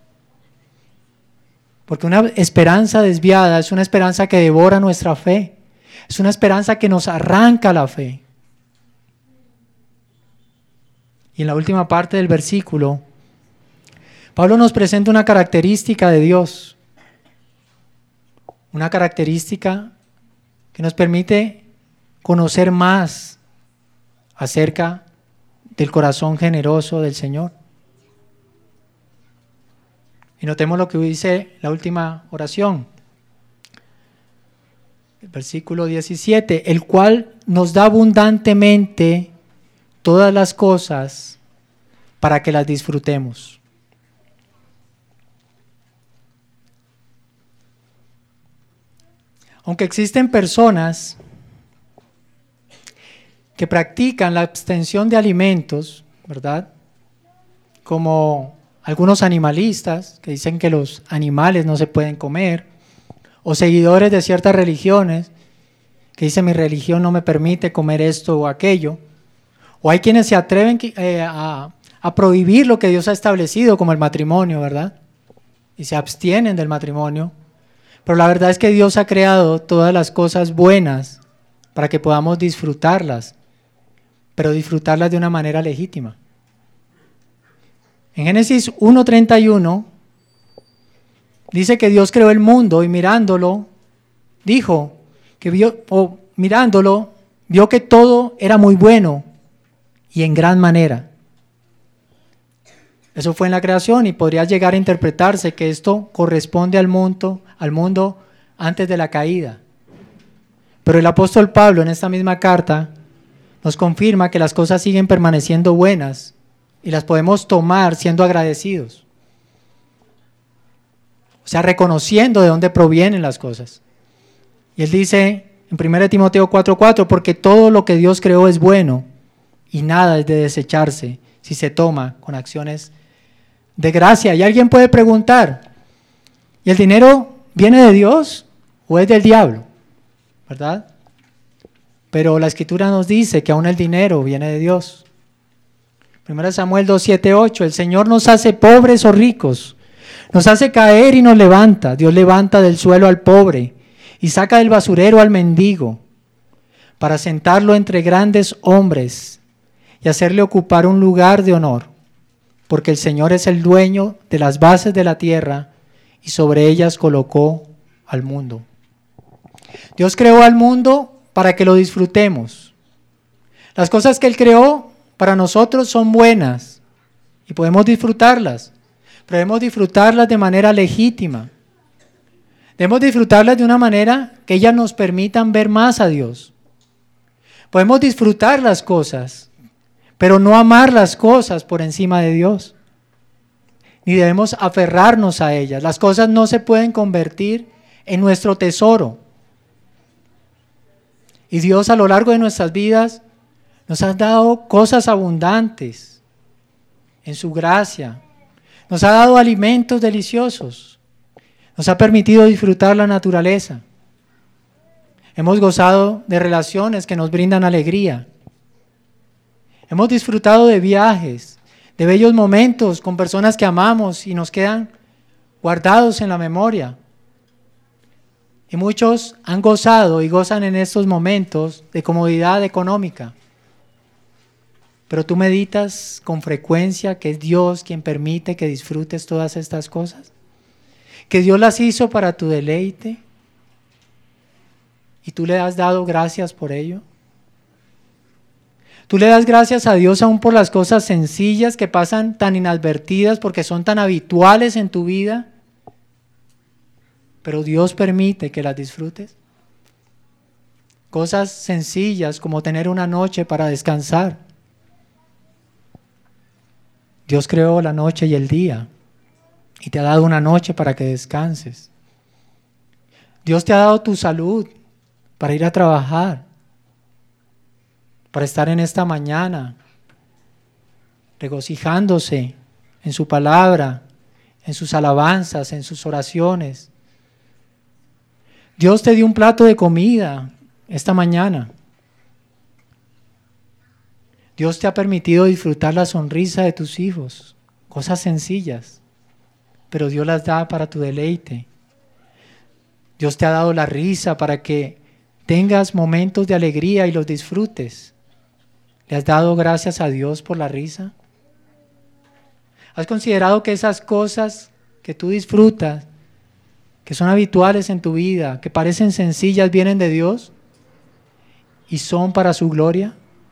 Porque una esperanza desviada es una esperanza que devora nuestra fe. Es una esperanza que nos arranca la fe. Y en la última parte del versículo, Pablo nos presenta una característica de Dios. Una característica que nos permite conocer más acerca del corazón generoso del Señor. Y notemos lo que dice la última oración. El versículo diecisiete, el cual nos da abundantemente todas las cosas para que las disfrutemos. Aunque existen personas que practican la abstención de alimentos, ¿verdad? Como algunos animalistas que dicen que los animales no se pueden comer, o seguidores de ciertas religiones que dicen mi religión no me permite comer esto o aquello, o hay quienes se atreven eh, a, a prohibir lo que Dios ha establecido como el matrimonio, ¿verdad? Y se abstienen del matrimonio. Pero la verdad es que Dios ha creado todas las cosas buenas para que podamos disfrutarlas, pero disfrutarlas de una manera legítima. En Génesis uno treinta y uno, Dice que Dios creó el mundo y mirándolo, dijo que vio, o mirándolo, vio que todo era muy bueno y en gran manera. Eso fue en la creación y podría llegar a interpretarse que esto corresponde al mundo, al mundo antes de la caída. Pero el apóstol Pablo en esta misma carta nos confirma que las cosas siguen permaneciendo buenas y las podemos tomar siendo agradecidos. O sea, reconociendo de dónde provienen las cosas. Y él dice en primera Timoteo cuatro cuatro, porque todo lo que Dios creó es bueno y nada es de desecharse si se toma con acciones de gracia. Y alguien puede preguntar, ¿y el dinero viene de Dios o es del diablo? ¿Verdad? Pero la Escritura nos dice que aún el dinero viene de Dios. primera Samuel dos siete ocho, el Señor nos hace pobres o ricos, nos hace caer y nos levanta. Dios levanta del suelo al pobre y saca del basurero al mendigo para sentarlo entre grandes hombres y hacerle ocupar un lugar de honor, porque el Señor es el dueño de las bases de la tierra y sobre ellas colocó al mundo. Dios creó al mundo para que lo disfrutemos. Las cosas que Él creó para nosotros son buenas y podemos disfrutarlas, pero debemos disfrutarlas de manera legítima. Debemos disfrutarlas de una manera que ellas nos permitan ver más a Dios. Podemos disfrutar las cosas, pero no amar las cosas por encima de Dios. Ni debemos aferrarnos a ellas. Las cosas no se pueden convertir en nuestro tesoro. Y Dios a lo largo de nuestras vidas nos ha dado cosas abundantes en su gracia. Nos ha dado alimentos deliciosos. Nos ha permitido disfrutar la naturaleza. Hemos gozado de relaciones que nos brindan alegría. Hemos disfrutado de viajes, de bellos momentos con personas que amamos y nos quedan guardados en la memoria. Y muchos han gozado y gozan en estos momentos de comodidad económica. Pero tú meditas con frecuencia que es Dios quien permite que disfrutes todas estas cosas, que Dios las hizo para tu deleite y tú le has dado gracias por ello. Tú le das gracias a Dios aún por las cosas sencillas que pasan tan inadvertidas porque son tan habituales en tu vida, pero Dios permite que las disfrutes. Cosas sencillas como tener una noche para descansar. Dios creó la noche y el día y te ha dado una noche para que descanses. Dios te ha dado tu salud para ir a trabajar, para estar en esta mañana regocijándose en su palabra, en sus alabanzas, en sus oraciones. Dios te dio un plato de comida esta mañana. Dios te ha permitido disfrutar la sonrisa de tus hijos, cosas sencillas, pero Dios las da para tu deleite. Dios te ha dado la risa para que tengas momentos de alegría y los disfrutes. ¿Le has dado gracias a Dios por la risa? ¿Has considerado que esas cosas que tú disfrutas, que son habituales en tu vida, que parecen sencillas, vienen de Dios y son para su gloria?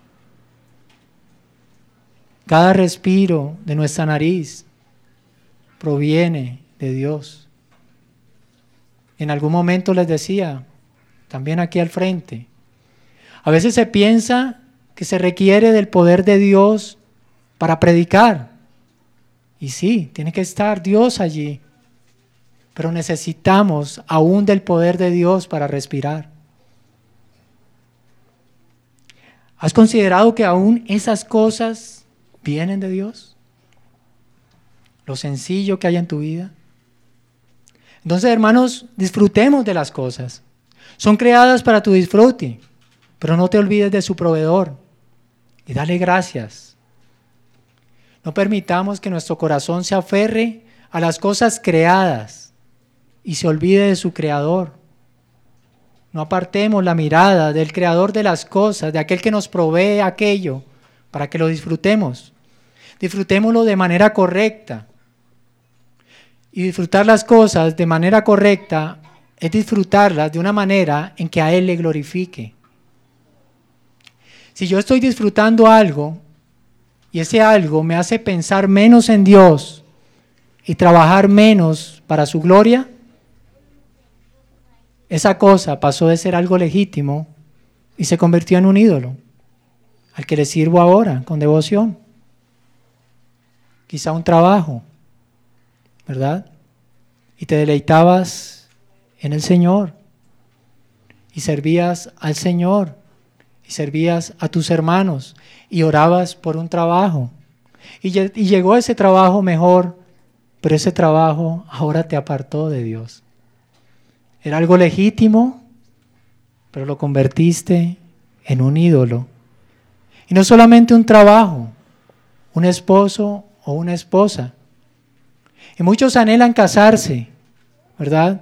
Cada respiro de nuestra nariz proviene de Dios. En algún momento les decía, también aquí al frente, a veces se piensa que se requiere del poder de Dios para predicar. Y sí, tiene que estar Dios allí, pero necesitamos aún del poder de Dios para respirar. ¿Has considerado que aún esas cosas vienen de Dios? Lo sencillo que hay en tu vida. Entonces, hermanos, disfrutemos de las cosas. Son creadas para tu disfrute, pero no te olvides de su proveedor y dale gracias. No permitamos que nuestro corazón se aferre a las cosas creadas y se olvide de su creador. No apartemos la mirada del creador de las cosas, de aquel que nos provee aquello para que lo disfrutemos. Disfrutémoslo de manera correcta. Y disfrutar las cosas de manera correcta es disfrutarlas de una manera en que a Él le glorifique. Si yo estoy disfrutando algo y ese algo me hace pensar menos en Dios y trabajar menos para su gloria, esa cosa pasó de ser algo legítimo y se convirtió en un ídolo, al que le sirvo ahora con devoción. Quizá un trabajo, ¿verdad? Y te deleitabas en el Señor, y servías al Señor, y servías a tus hermanos, y orabas por un trabajo. Y, y llegó ese trabajo mejor, pero ese trabajo ahora te apartó de Dios. Era algo legítimo, pero lo convertiste en un ídolo. Y no solamente un trabajo, un esposo o una esposa. Y muchos anhelan casarse, ¿verdad?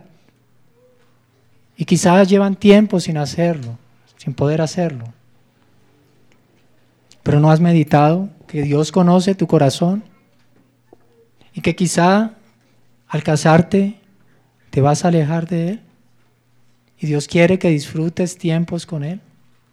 Y quizás llevan tiempo sin hacerlo, sin poder hacerlo. Pero ¿no has meditado que Dios conoce tu corazón? Y que quizá al casarte te vas a alejar de Él. Y Dios quiere que disfrutes tiempos con Él.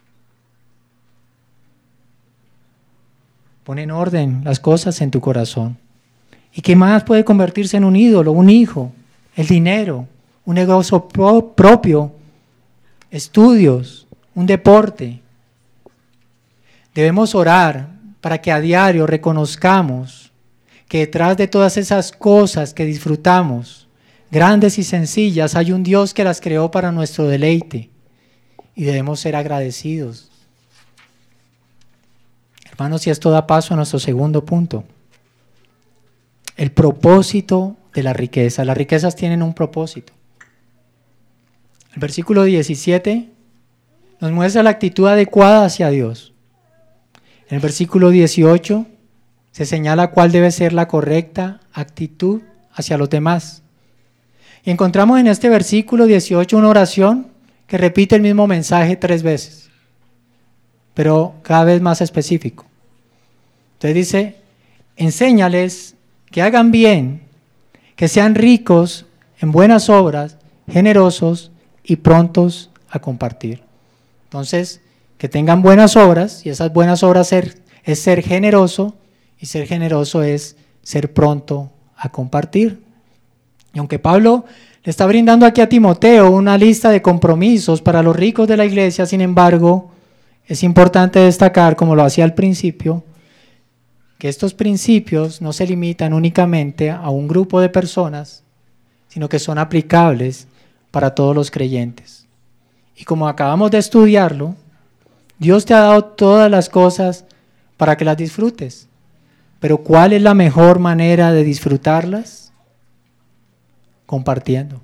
Pon en orden las cosas en tu corazón. ¿Y qué más puede convertirse en un ídolo? Un hijo, el dinero, un negocio pro- propio, estudios, un deporte. Debemos orar para que a diario reconozcamos que detrás de todas esas cosas que disfrutamos, grandes y sencillas, hay un Dios que las creó para nuestro deleite y debemos ser agradecidos. Hermanos, y esto da paso a nuestro segundo punto. El propósito de la riqueza. Las riquezas tienen un propósito. El versículo diecisiete nos muestra la actitud adecuada hacia Dios. En el versículo dieciocho se señala cuál debe ser la correcta actitud hacia los demás. Y encontramos en este versículo dieciocho una oración que repite el mismo mensaje tres veces, pero cada vez más específico. Entonces dice, enséñales que hagan bien, que sean ricos en buenas obras, generosos y prontos a compartir. Entonces, que tengan buenas obras, y esas buenas obras ser, es ser generoso, y ser generoso es ser pronto a compartir. Y aunque Pablo le está brindando aquí a Timoteo una lista de compromisos para los ricos de la iglesia, sin embargo, es importante destacar, como lo hacía al principio, que estos principios no se limitan únicamente a un grupo de personas, sino que son aplicables para todos los creyentes. Y como acabamos de estudiarlo, Dios te ha dado todas las cosas para que las disfrutes. Pero ¿cuál es la mejor manera de disfrutarlas? Compartiendo.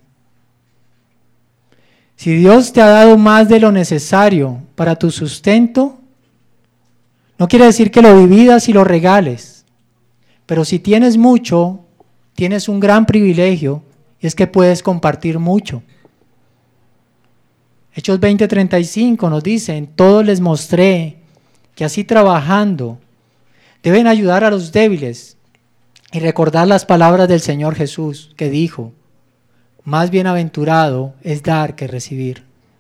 Si Dios te ha dado más de lo necesario para tu sustento, no quiere decir que lo dividas y lo regales, pero si tienes mucho, tienes un gran privilegio, y es que puedes compartir mucho. Hechos veinte treinta y cinco nos dice, en todo les mostré que así trabajando deben ayudar a los débiles y recordar las palabras del Señor Jesús que dijo, más bienaventurado es dar que recibir.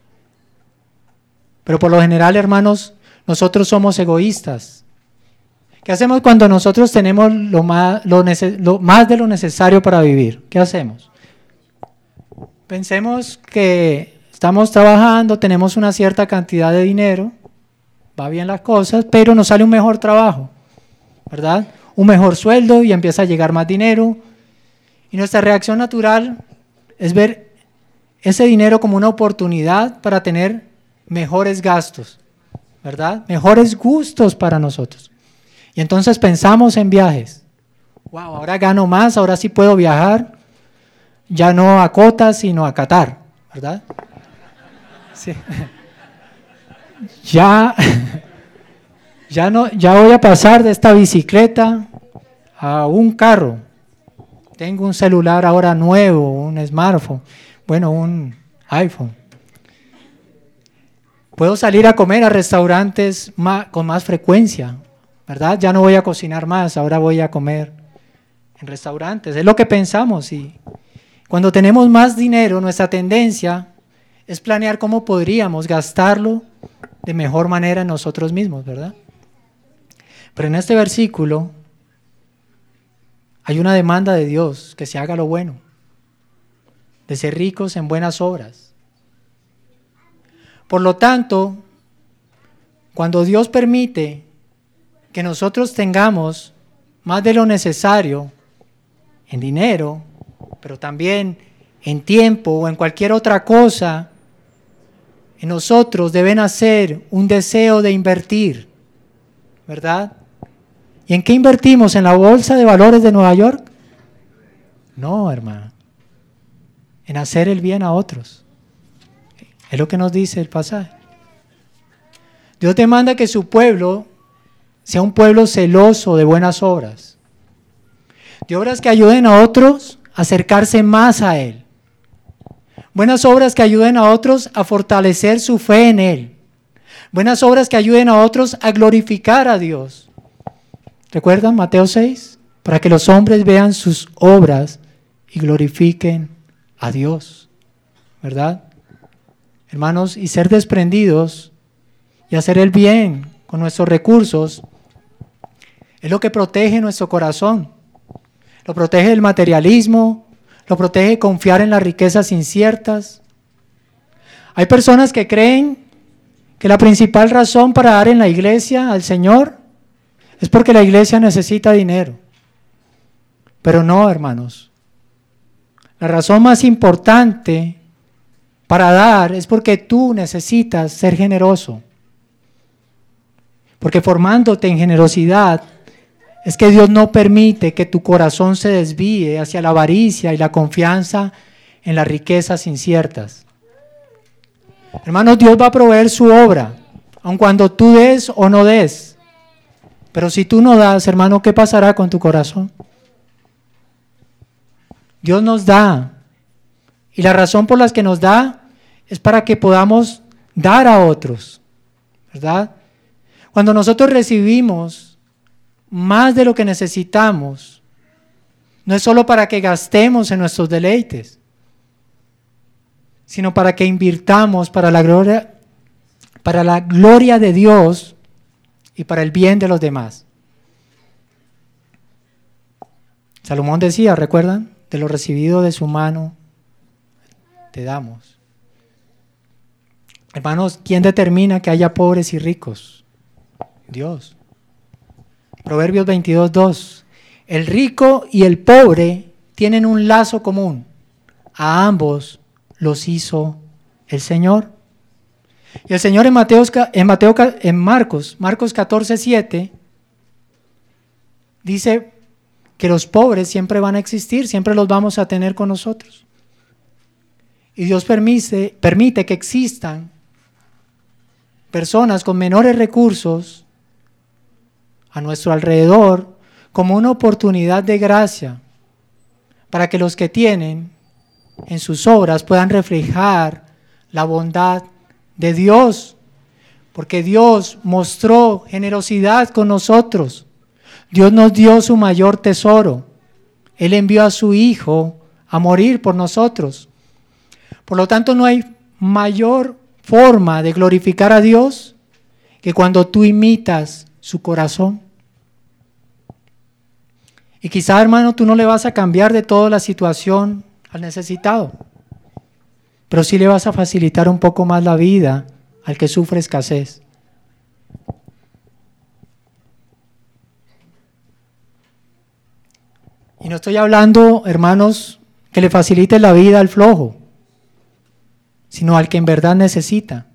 Pero por lo general, hermanos, nosotros somos egoístas. ¿Qué hacemos cuando nosotros tenemos lo más, lo nece- lo más de lo necesario para vivir? ¿Qué hacemos? Pensemos que estamos trabajando, tenemos una cierta cantidad de dinero, va bien las cosas, pero nos sale un mejor trabajo, ¿verdad? Un mejor sueldo y empieza a llegar más dinero. Y nuestra reacción natural es ver ese dinero como una oportunidad para tener mejores gastos, ¿verdad? Mejores gustos para nosotros. Y entonces pensamos en viajes. Wow, ahora gano más, ahora sí puedo viajar, ya no a Cota, sino a Qatar, ¿verdad? Sí. Ya, ya, no, ya voy a pasar de esta bicicleta a un carro. Tengo un celular ahora nuevo, un smartphone, bueno, un iPhone. Puedo salir a comer a restaurantes más, con más frecuencia, ¿verdad? Ya no voy a cocinar más, ahora voy a comer en restaurantes. Es lo que pensamos y Cuando tenemos más dinero, nuestra tendencia es planear cómo podríamos gastarlo de mejor manera en nosotros mismos, ¿verdad? Pero en este versículo hay una demanda de Dios, que se haga lo bueno, de ser ricos en buenas obras. Por lo tanto, cuando Dios permite que nosotros tengamos más de lo necesario en dinero, pero también en tiempo o en cualquier otra cosa, en nosotros deben hacer un deseo de invertir, ¿verdad? ¿Y en qué invertimos? ¿En la bolsa de valores de Nueva York? No, hermano. En hacer el bien a otros. Es lo que nos dice el pasaje. Dios demanda que su pueblo sea un pueblo celoso de buenas obras, de obras que ayuden a otros a acercarse más a Él, buenas obras que ayuden a otros a fortalecer su fe en Él, buenas obras que ayuden a otros a glorificar a Dios. ¿Recuerdan Mateo seis? Para que los hombres vean sus obras y glorifiquen a Dios, ¿verdad? Hermanos, y ser desprendidos y hacer el bien con nuestros recursos es lo que protege nuestro corazón. Lo protege del materialismo, lo protege de confiar en las riquezas inciertas. Hay personas que creen que la principal razón para dar en la iglesia al Señor es porque la iglesia necesita dinero. Pero no, hermanos. La razón más importante para dar es porque tú necesitas ser generoso. Porque formándote en generosidad es que Dios no permite que tu corazón se desvíe hacia la avaricia y la confianza en las riquezas inciertas. Hermanos, Dios va a proveer su obra, aun cuando tú des o no des. Pero si tú no das, hermano, ¿qué pasará con tu corazón? Dios nos da, y la razón por la que nos da es para que podamos dar a otros, ¿verdad? Cuando nosotros recibimos más de lo que necesitamos, no es solo para que gastemos en nuestros deleites, sino para que invirtamos para la gloria, para la gloria de Dios y para el bien de los demás. Salomón decía, ¿recuerdan? De lo recibido de su mano te damos. Hermanos, ¿quién determina que haya pobres y ricos? Dios. Proverbios veintidós, dos. El rico y el pobre tienen un lazo común. A ambos los hizo el Señor. Y el Señor en Mateo, en, Mateo, en Marcos, Marcos catorce, siete, dice que los pobres siempre van a existir, siempre los vamos a tener con nosotros. Y Dios permite, permite que existan personas con menores recursos a nuestro alrededor como una oportunidad de gracia para que los que tienen en sus obras puedan reflejar la bondad de Dios, porque Dios mostró generosidad con nosotros. Dios nos dio su mayor tesoro. Él envió a su Hijo a morir por nosotros. Por lo tanto, no hay mayor forma de glorificar a Dios que cuando tú imitas su corazón. Y quizá, hermano, tú no le vas a cambiar de toda la situación al necesitado, pero sí le vas a facilitar un poco más la vida al que sufre escasez. Y no estoy hablando, hermanos, que le facilite la vida al flojo, sino al que en verdad necesita.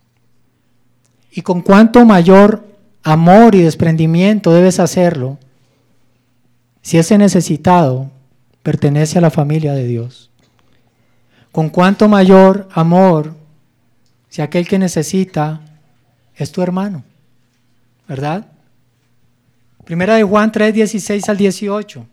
Y con cuánto mayor amor y desprendimiento debes hacerlo si ese necesitado pertenece a la familia de Dios. Con cuánto mayor amor si aquel que necesita es tu hermano, ¿verdad? Primera de Juan tres, dieciséis al dieciocho.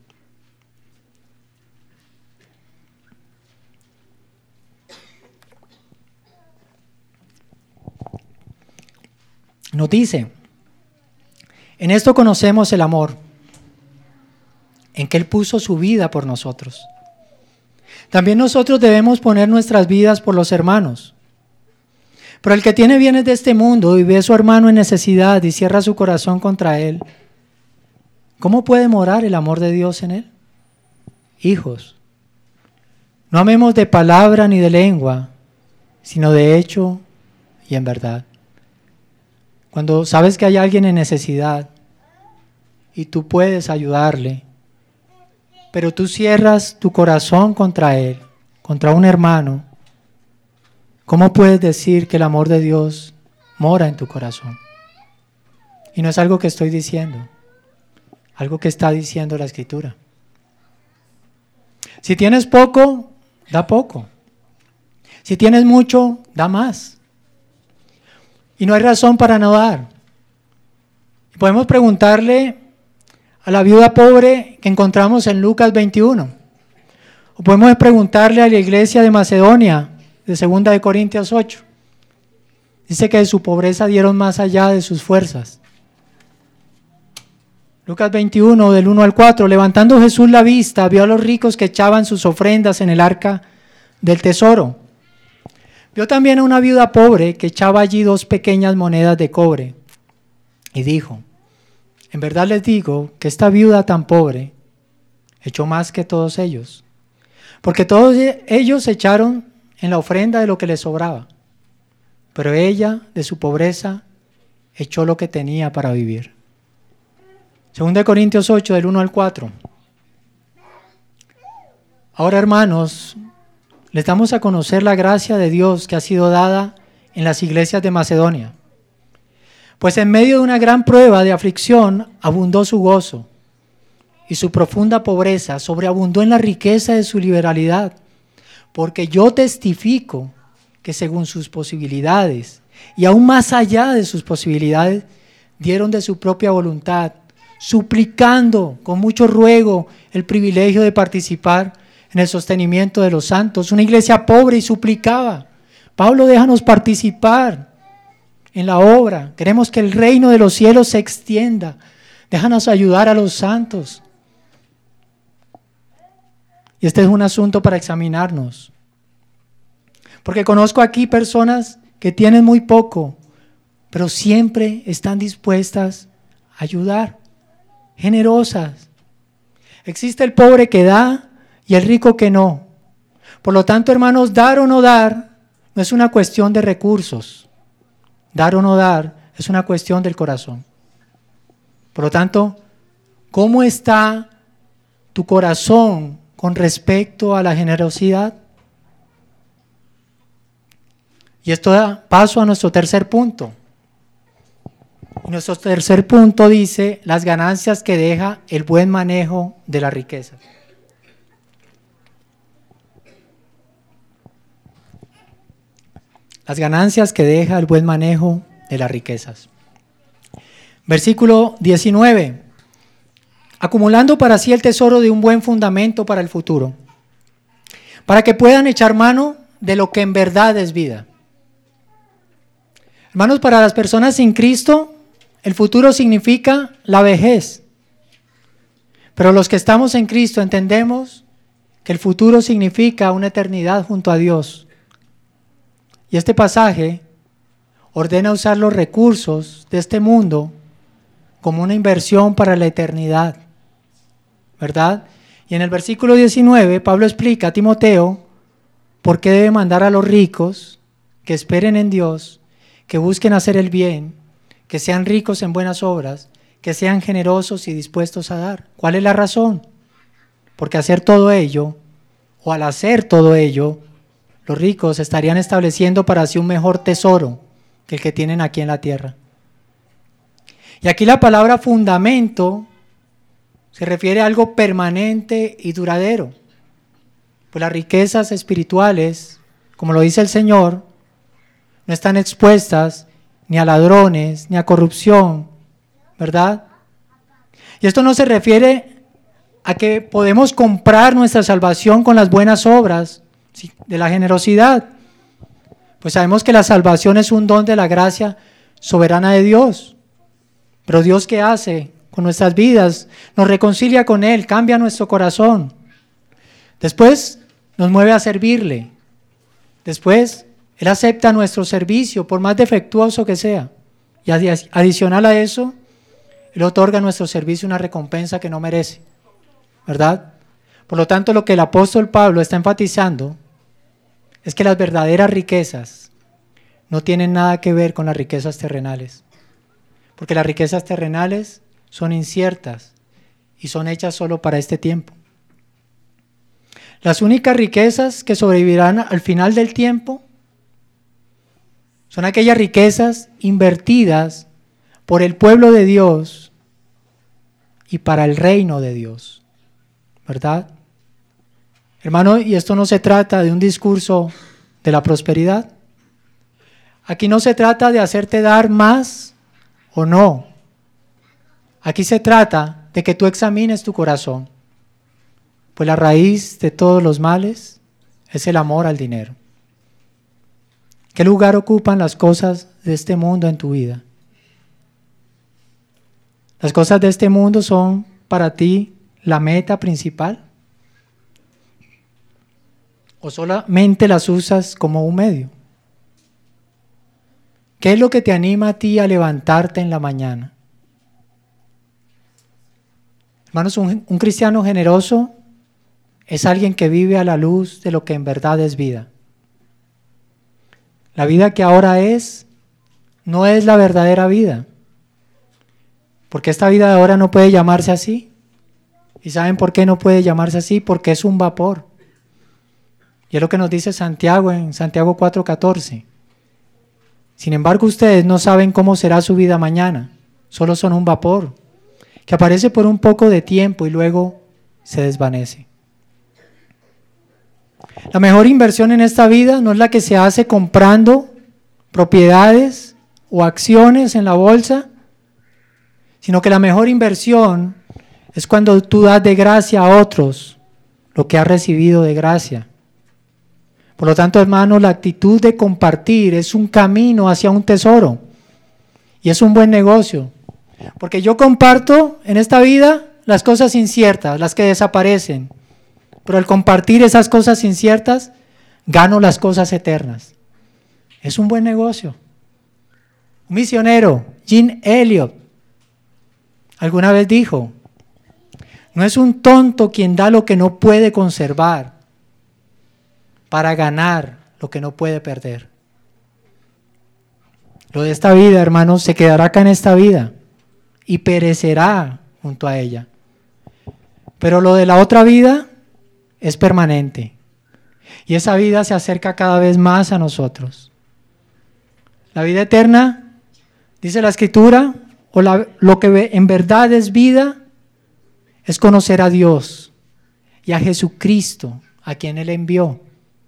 Nos dice, en esto conocemos el amor, en que Él puso su vida por nosotros. También nosotros debemos poner nuestras vidas por los hermanos. Pero el que tiene bienes de este mundo y ve a su hermano en necesidad y cierra su corazón contra él, ¿cómo puede morar el amor de Dios en él? Hijos, no amemos de palabra ni de lengua, sino de hecho y en verdad. Cuando sabes que hay alguien en necesidad y tú puedes ayudarle, pero tú cierras tu corazón contra él, contra un hermano, ¿cómo puedes decir que el amor de Dios mora en tu corazón? Y no es algo que estoy diciendo, algo que está diciendo la Escritura. Si tienes poco, da poco. Si tienes mucho, da más. Y no hay razón para no dar. Podemos preguntarle a la viuda pobre que encontramos en Lucas veintiuno. O podemos preguntarle a la iglesia de Macedonia, de segunda de Corintios ocho. Dice que de su pobreza dieron más allá de sus fuerzas. Lucas veintiuno, del uno al cuatro. Levantando Jesús la vista, vio a los ricos que echaban sus ofrendas en el arca del tesoro. Vio también a una viuda pobre que echaba allí dos pequeñas monedas de cobre. Y dijo: en verdad les digo que esta viuda tan pobre echó más que todos ellos, porque todos ellos echaron en la ofrenda de lo que les sobraba, pero ella, de su pobreza, echó lo que tenía para vivir. Segunda de Corintios ocho, del uno al cuatro. Ahora, hermanos, les damos a conocer la gracia de Dios que ha sido dada en las iglesias de Macedonia. Pues en medio de una gran prueba de aflicción abundó su gozo, y su profunda pobreza sobreabundó en la riqueza de su liberalidad, porque yo testifico que según sus posibilidades, y aún más allá de sus posibilidades, dieron de su propia voluntad, suplicando con mucho ruego el privilegio de participar en el sostenimiento de los santos. Una iglesia pobre y suplicaba: Pablo, déjanos participar en la obra, queremos que el reino de los cielos se extienda, déjanos ayudar a los santos. Y este es un asunto para examinarnos, porque conozco aquí personas que tienen muy poco, pero siempre están dispuestas a ayudar, generosas. Existe el pobre que da y el rico que no. Por lo tanto, hermanos, dar o no dar no es una cuestión de recursos. Dar o no dar es una cuestión del corazón. Por lo tanto, ¿cómo está tu corazón con respecto a la generosidad? Y esto da paso a nuestro tercer punto. Y nuestro tercer punto dice: las ganancias que deja el buen manejo de la riqueza. Las ganancias que deja el buen manejo de las riquezas. Versículo diecinueve. Acumulando para sí el tesoro de un buen fundamento para el futuro, para que puedan echar mano de lo que en verdad es vida. Hermanos, para las personas sin Cristo, el futuro significa la vejez. Pero los que estamos en Cristo entendemos que el futuro significa una eternidad junto a Dios. Y este pasaje ordena usar los recursos de este mundo como una inversión para la eternidad, ¿verdad? Y en el versículo diecinueve, Pablo explica a Timoteo por qué debe mandar a los ricos que esperen en Dios, que busquen hacer el bien, que sean ricos en buenas obras, que sean generosos y dispuestos a dar. ¿Cuál es la razón? Porque hacer todo ello, o al hacer todo ello, los ricos estarían estableciendo para sí un mejor tesoro que el que tienen aquí en la tierra. Y aquí la palabra fundamento se refiere a algo permanente y duradero. Pues las riquezas espirituales, como lo dice el Señor, no están expuestas ni a ladrones, ni a corrupción, ¿verdad? Y esto no se refiere a que podemos comprar nuestra salvación con las buenas obras de la generosidad. Pues sabemos que la salvación es un don de la gracia soberana de Dios. Pero Dios, ¿qué hace con nuestras vidas? Nos reconcilia con Él, cambia nuestro corazón. Después nos mueve a servirle. Después, Él acepta nuestro servicio, por más defectuoso que sea. Y adicional a eso, Él otorga a nuestro servicio una recompensa que no merece, ¿verdad? Por lo tanto, lo que el apóstol Pablo está enfatizando es que las verdaderas riquezas no tienen nada que ver con las riquezas terrenales, porque las riquezas terrenales son inciertas y son hechas solo para este tiempo. Las únicas riquezas que sobrevivirán al final del tiempo son aquellas riquezas invertidas por el pueblo de Dios y para el reino de Dios, ¿verdad? Hermano, y esto no se trata de un discurso de la prosperidad. Aquí no se trata de hacerte dar más o no. Aquí se trata de que tú examines tu corazón, pues la raíz de todos los males es el amor al dinero. ¿Qué lugar ocupan las cosas de este mundo en tu vida? ¿Las cosas de este mundo son para ti la meta principal? ¿O solamente las usas como un medio? ¿Qué es lo que te anima a ti a levantarte en la mañana? Hermanos, un, un cristiano generoso es alguien que vive a la luz de lo que en verdad es vida. La vida que ahora es, no es la verdadera vida. Porque esta vida de ahora no puede llamarse así. ¿Y saben por qué no puede llamarse así? Porque es un vapor. Y es lo que nos dice Santiago en Santiago cuatro catorce. Sin embargo, ustedes no saben cómo será su vida mañana. Solo son un vapor que aparece por un poco de tiempo y luego se desvanece. La mejor inversión en esta vida no es la que se hace comprando propiedades o acciones en la bolsa, sino que la mejor inversión es cuando tú das de gracia a otros lo que has recibido de gracia. Por lo tanto, hermano, la actitud de compartir es un camino hacia un tesoro y es un buen negocio, porque yo comparto en esta vida las cosas inciertas, las que desaparecen, pero al compartir esas cosas inciertas, gano las cosas eternas. Es un buen negocio. Un misionero, Jim Elliot, alguna vez dijo, no es un tonto quien da lo que no puede conservar para ganar lo que no puede perder. Lo de esta vida, hermanos, se quedará acá en esta vida y perecerá junto a ella. Pero lo de la otra vida es permanente y esa vida se acerca cada vez más a nosotros. La vida eterna, dice la Escritura, o la, lo que en verdad es vida, es conocer a Dios y a Jesucristo, a quien Él envió.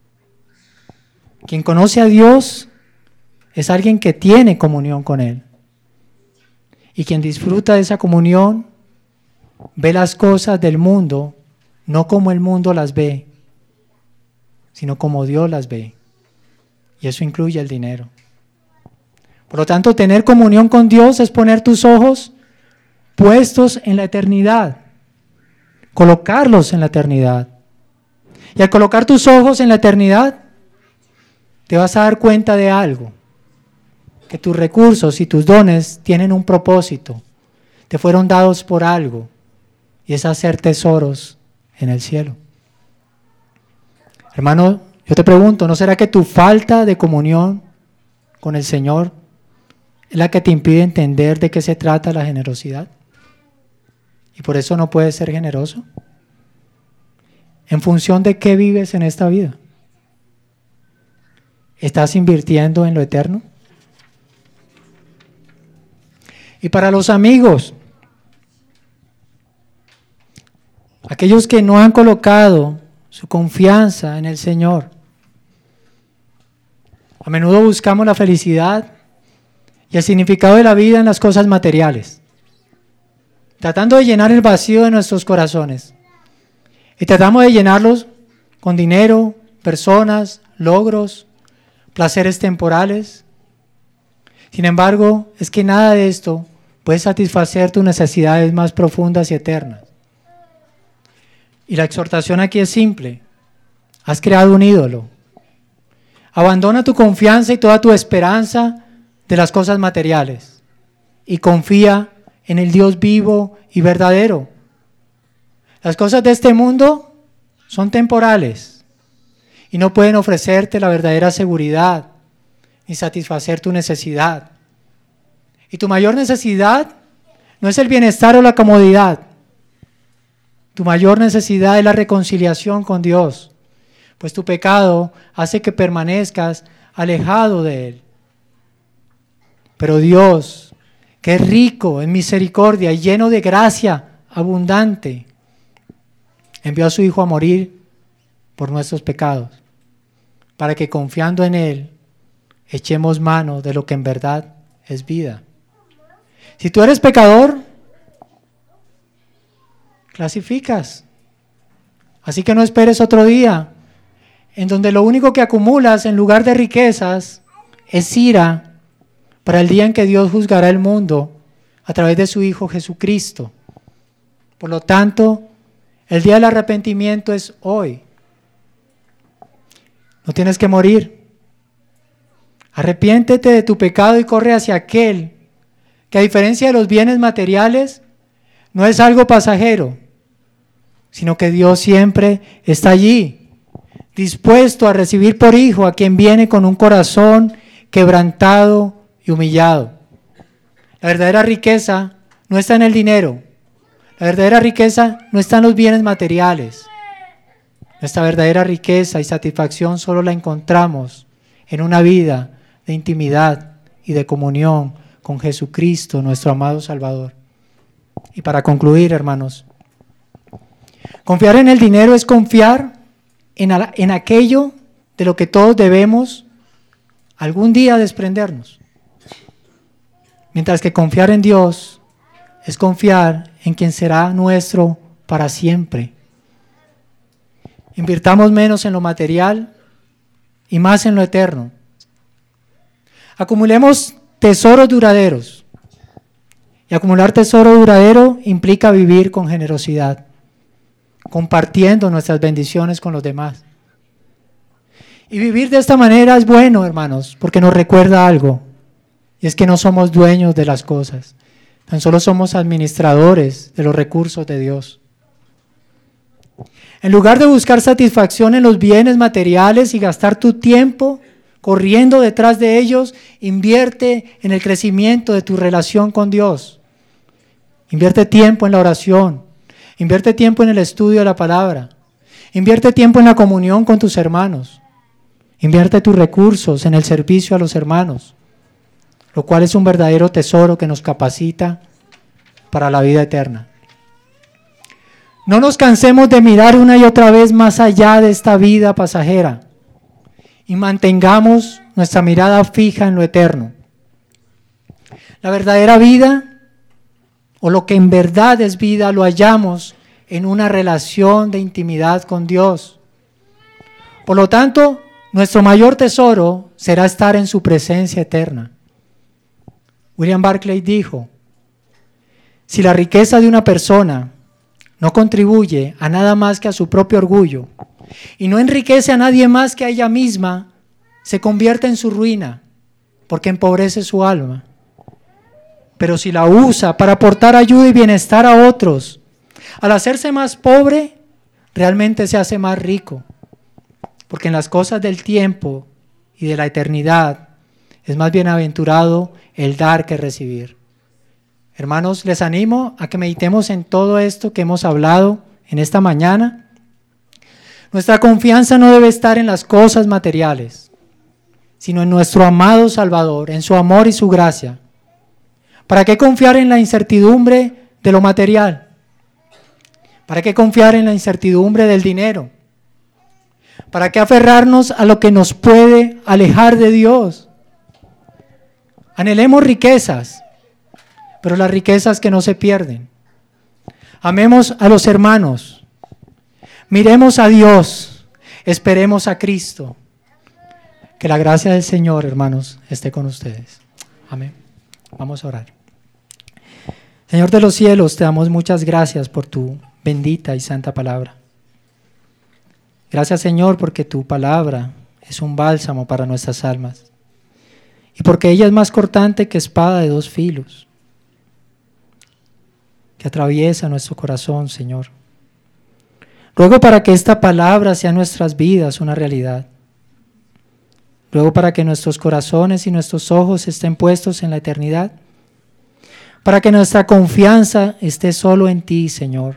Quien conoce a Dios es alguien que tiene comunión con Él. Y quien disfruta de esa comunión ve las cosas del mundo no como el mundo las ve, sino como Dios las ve. Y eso incluye el dinero. Por lo tanto, tener comunión con Dios es poner tus ojos puestos en la eternidad, colocarlos en la eternidad. Y al colocar tus ojos en la eternidad, te vas a dar cuenta de algo, que tus recursos y tus dones tienen un propósito, te fueron dados por algo, y es hacer tesoros en el cielo. Hermano, yo te pregunto, ¿no será que tu falta de comunión con el Señor es la que te impide entender de qué se trata la generosidad? Y por eso no puedes ser generoso. ¿En función de qué vives en esta vida? ¿Estás invirtiendo en lo eterno? Y para los amigos, aquellos que no han colocado su confianza en el Señor, a menudo buscamos la felicidad y el significado de la vida en las cosas materiales, tratando de llenar el vacío de nuestros corazones. Y tratamos de llenarlos con dinero, personas, logros, placeres temporales. Sin embargo, es que nada de esto puede satisfacer tus necesidades más profundas y eternas. Y la exhortación aquí es simple. Has creado un ídolo. Abandona tu confianza y toda tu esperanza de las cosas materiales y confía en el Dios vivo y verdadero. Las cosas de este mundo son temporales y no pueden ofrecerte la verdadera seguridad ni satisfacer tu necesidad. Y tu mayor necesidad no es el bienestar o la comodidad. Tu mayor necesidad es la reconciliación con Dios, pues tu pecado hace que permanezcas alejado de Él. Pero Dios, que es rico en misericordia y lleno de gracia abundante, envió a su Hijo a morir por nuestros pecados, para que confiando en Él, echemos mano de lo que en verdad es vida. Si tú eres pecador, clasificas. Así que no esperes otro día en donde lo único que acumulas en lugar de riquezas es ira para el día en que Dios juzgará el mundo a través de su Hijo Jesucristo. Por lo tanto, el día del arrepentimiento es hoy. No tienes que morir. Arrepiéntete de tu pecado y corre hacia aquel que, a diferencia de los bienes materiales, no es algo pasajero, sino que Dios siempre está allí, dispuesto a recibir por hijo a quien viene con un corazón quebrantado y humillado. La verdadera riqueza no está en el dinero. La verdadera riqueza no está en los bienes materiales. Nuestra verdadera riqueza y satisfacción solo la encontramos en una vida de intimidad y de comunión con Jesucristo, nuestro amado Salvador. Y para concluir, hermanos, confiar en el dinero es confiar en, a, en aquello de lo que todos debemos algún día desprendernos. Mientras que confiar en Dios es confiar en quien será nuestro para siempre. Invirtamos menos en lo material y más en lo eterno. Acumulemos tesoros duraderos. Y acumular tesoro duradero implica vivir con generosidad, compartiendo nuestras bendiciones con los demás. Y vivir de esta manera es bueno, hermanos, porque nos recuerda algo, y es que no somos dueños de las cosas, tan solo somos administradores de los recursos de Dios. En lugar de buscar satisfacción en los bienes materiales y gastar tu tiempo corriendo detrás de ellos, invierte en el crecimiento de tu relación con Dios. Invierte tiempo en la oración, invierte tiempo en el estudio de la palabra, invierte tiempo en la comunión con tus hermanos, invierte tus recursos en el servicio a los hermanos, lo cual es un verdadero tesoro que nos capacita para la vida eterna. No nos cansemos de mirar una y otra vez más allá de esta vida pasajera y mantengamos nuestra mirada fija en lo eterno. La verdadera vida, o lo que en verdad es vida, lo hallamos en una relación de intimidad con Dios. Por lo tanto, nuestro mayor tesoro será estar en su presencia eterna. William Barclay dijo: si la riqueza de una persona no contribuye a nada más que a su propio orgullo y no enriquece a nadie más que a ella misma, se convierte en su ruina porque empobrece su alma. Pero si la usa para aportar ayuda y bienestar a otros, al hacerse más pobre, realmente se hace más rico, porque en las cosas del tiempo y de la eternidad es más bienaventurado el dar que recibir. Hermanos, les animo a que meditemos en todo esto que hemos hablado en esta mañana. Nuestra confianza no debe estar en las cosas materiales, sino en nuestro amado Salvador, en su amor y su gracia. ¿Para qué confiar en la incertidumbre de lo material? ¿Para qué confiar en la incertidumbre del dinero? ¿Para qué aferrarnos a lo que nos puede alejar de Dios? Anhelemos riquezas, pero las riquezas que no se pierden. Amemos a los hermanos, miremos a Dios, esperemos a Cristo. Que la gracia del Señor, hermanos, esté con ustedes. Amén. Vamos a orar. Señor de los cielos, te damos muchas gracias por tu bendita y santa palabra. Gracias, Señor, porque tu palabra es un bálsamo para nuestras almas y porque ella es más cortante que espada de dos filos, que atraviesa nuestro corazón, Señor. Ruego para que esta palabra sea en nuestras vidas una realidad. Ruego para que nuestros corazones y nuestros ojos estén puestos en la eternidad, para que nuestra confianza esté solo en ti, Señor.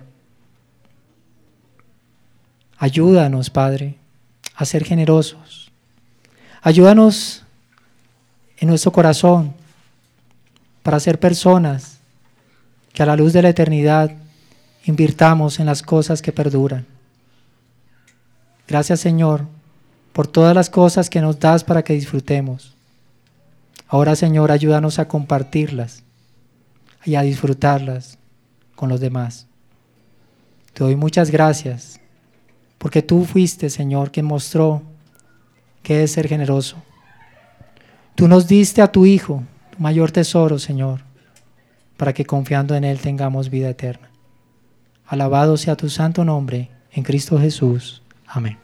Ayúdanos, Padre, a ser generosos. Ayúdanos en nuestro corazón para ser personas que a la luz de la eternidad invirtamos en las cosas que perduran. Gracias, Señor, por todas las cosas que nos das para que disfrutemos. Ahora, Señor, ayúdanos a compartirlas y a disfrutarlas con los demás. Te doy muchas gracias, porque tú fuiste, Señor, quien mostró qué es ser generoso. Tú nos diste a tu Hijo, tu mayor tesoro, Señor, para que confiando en Él tengamos vida eterna. Alabado sea tu santo nombre, en Cristo Jesús. Amén.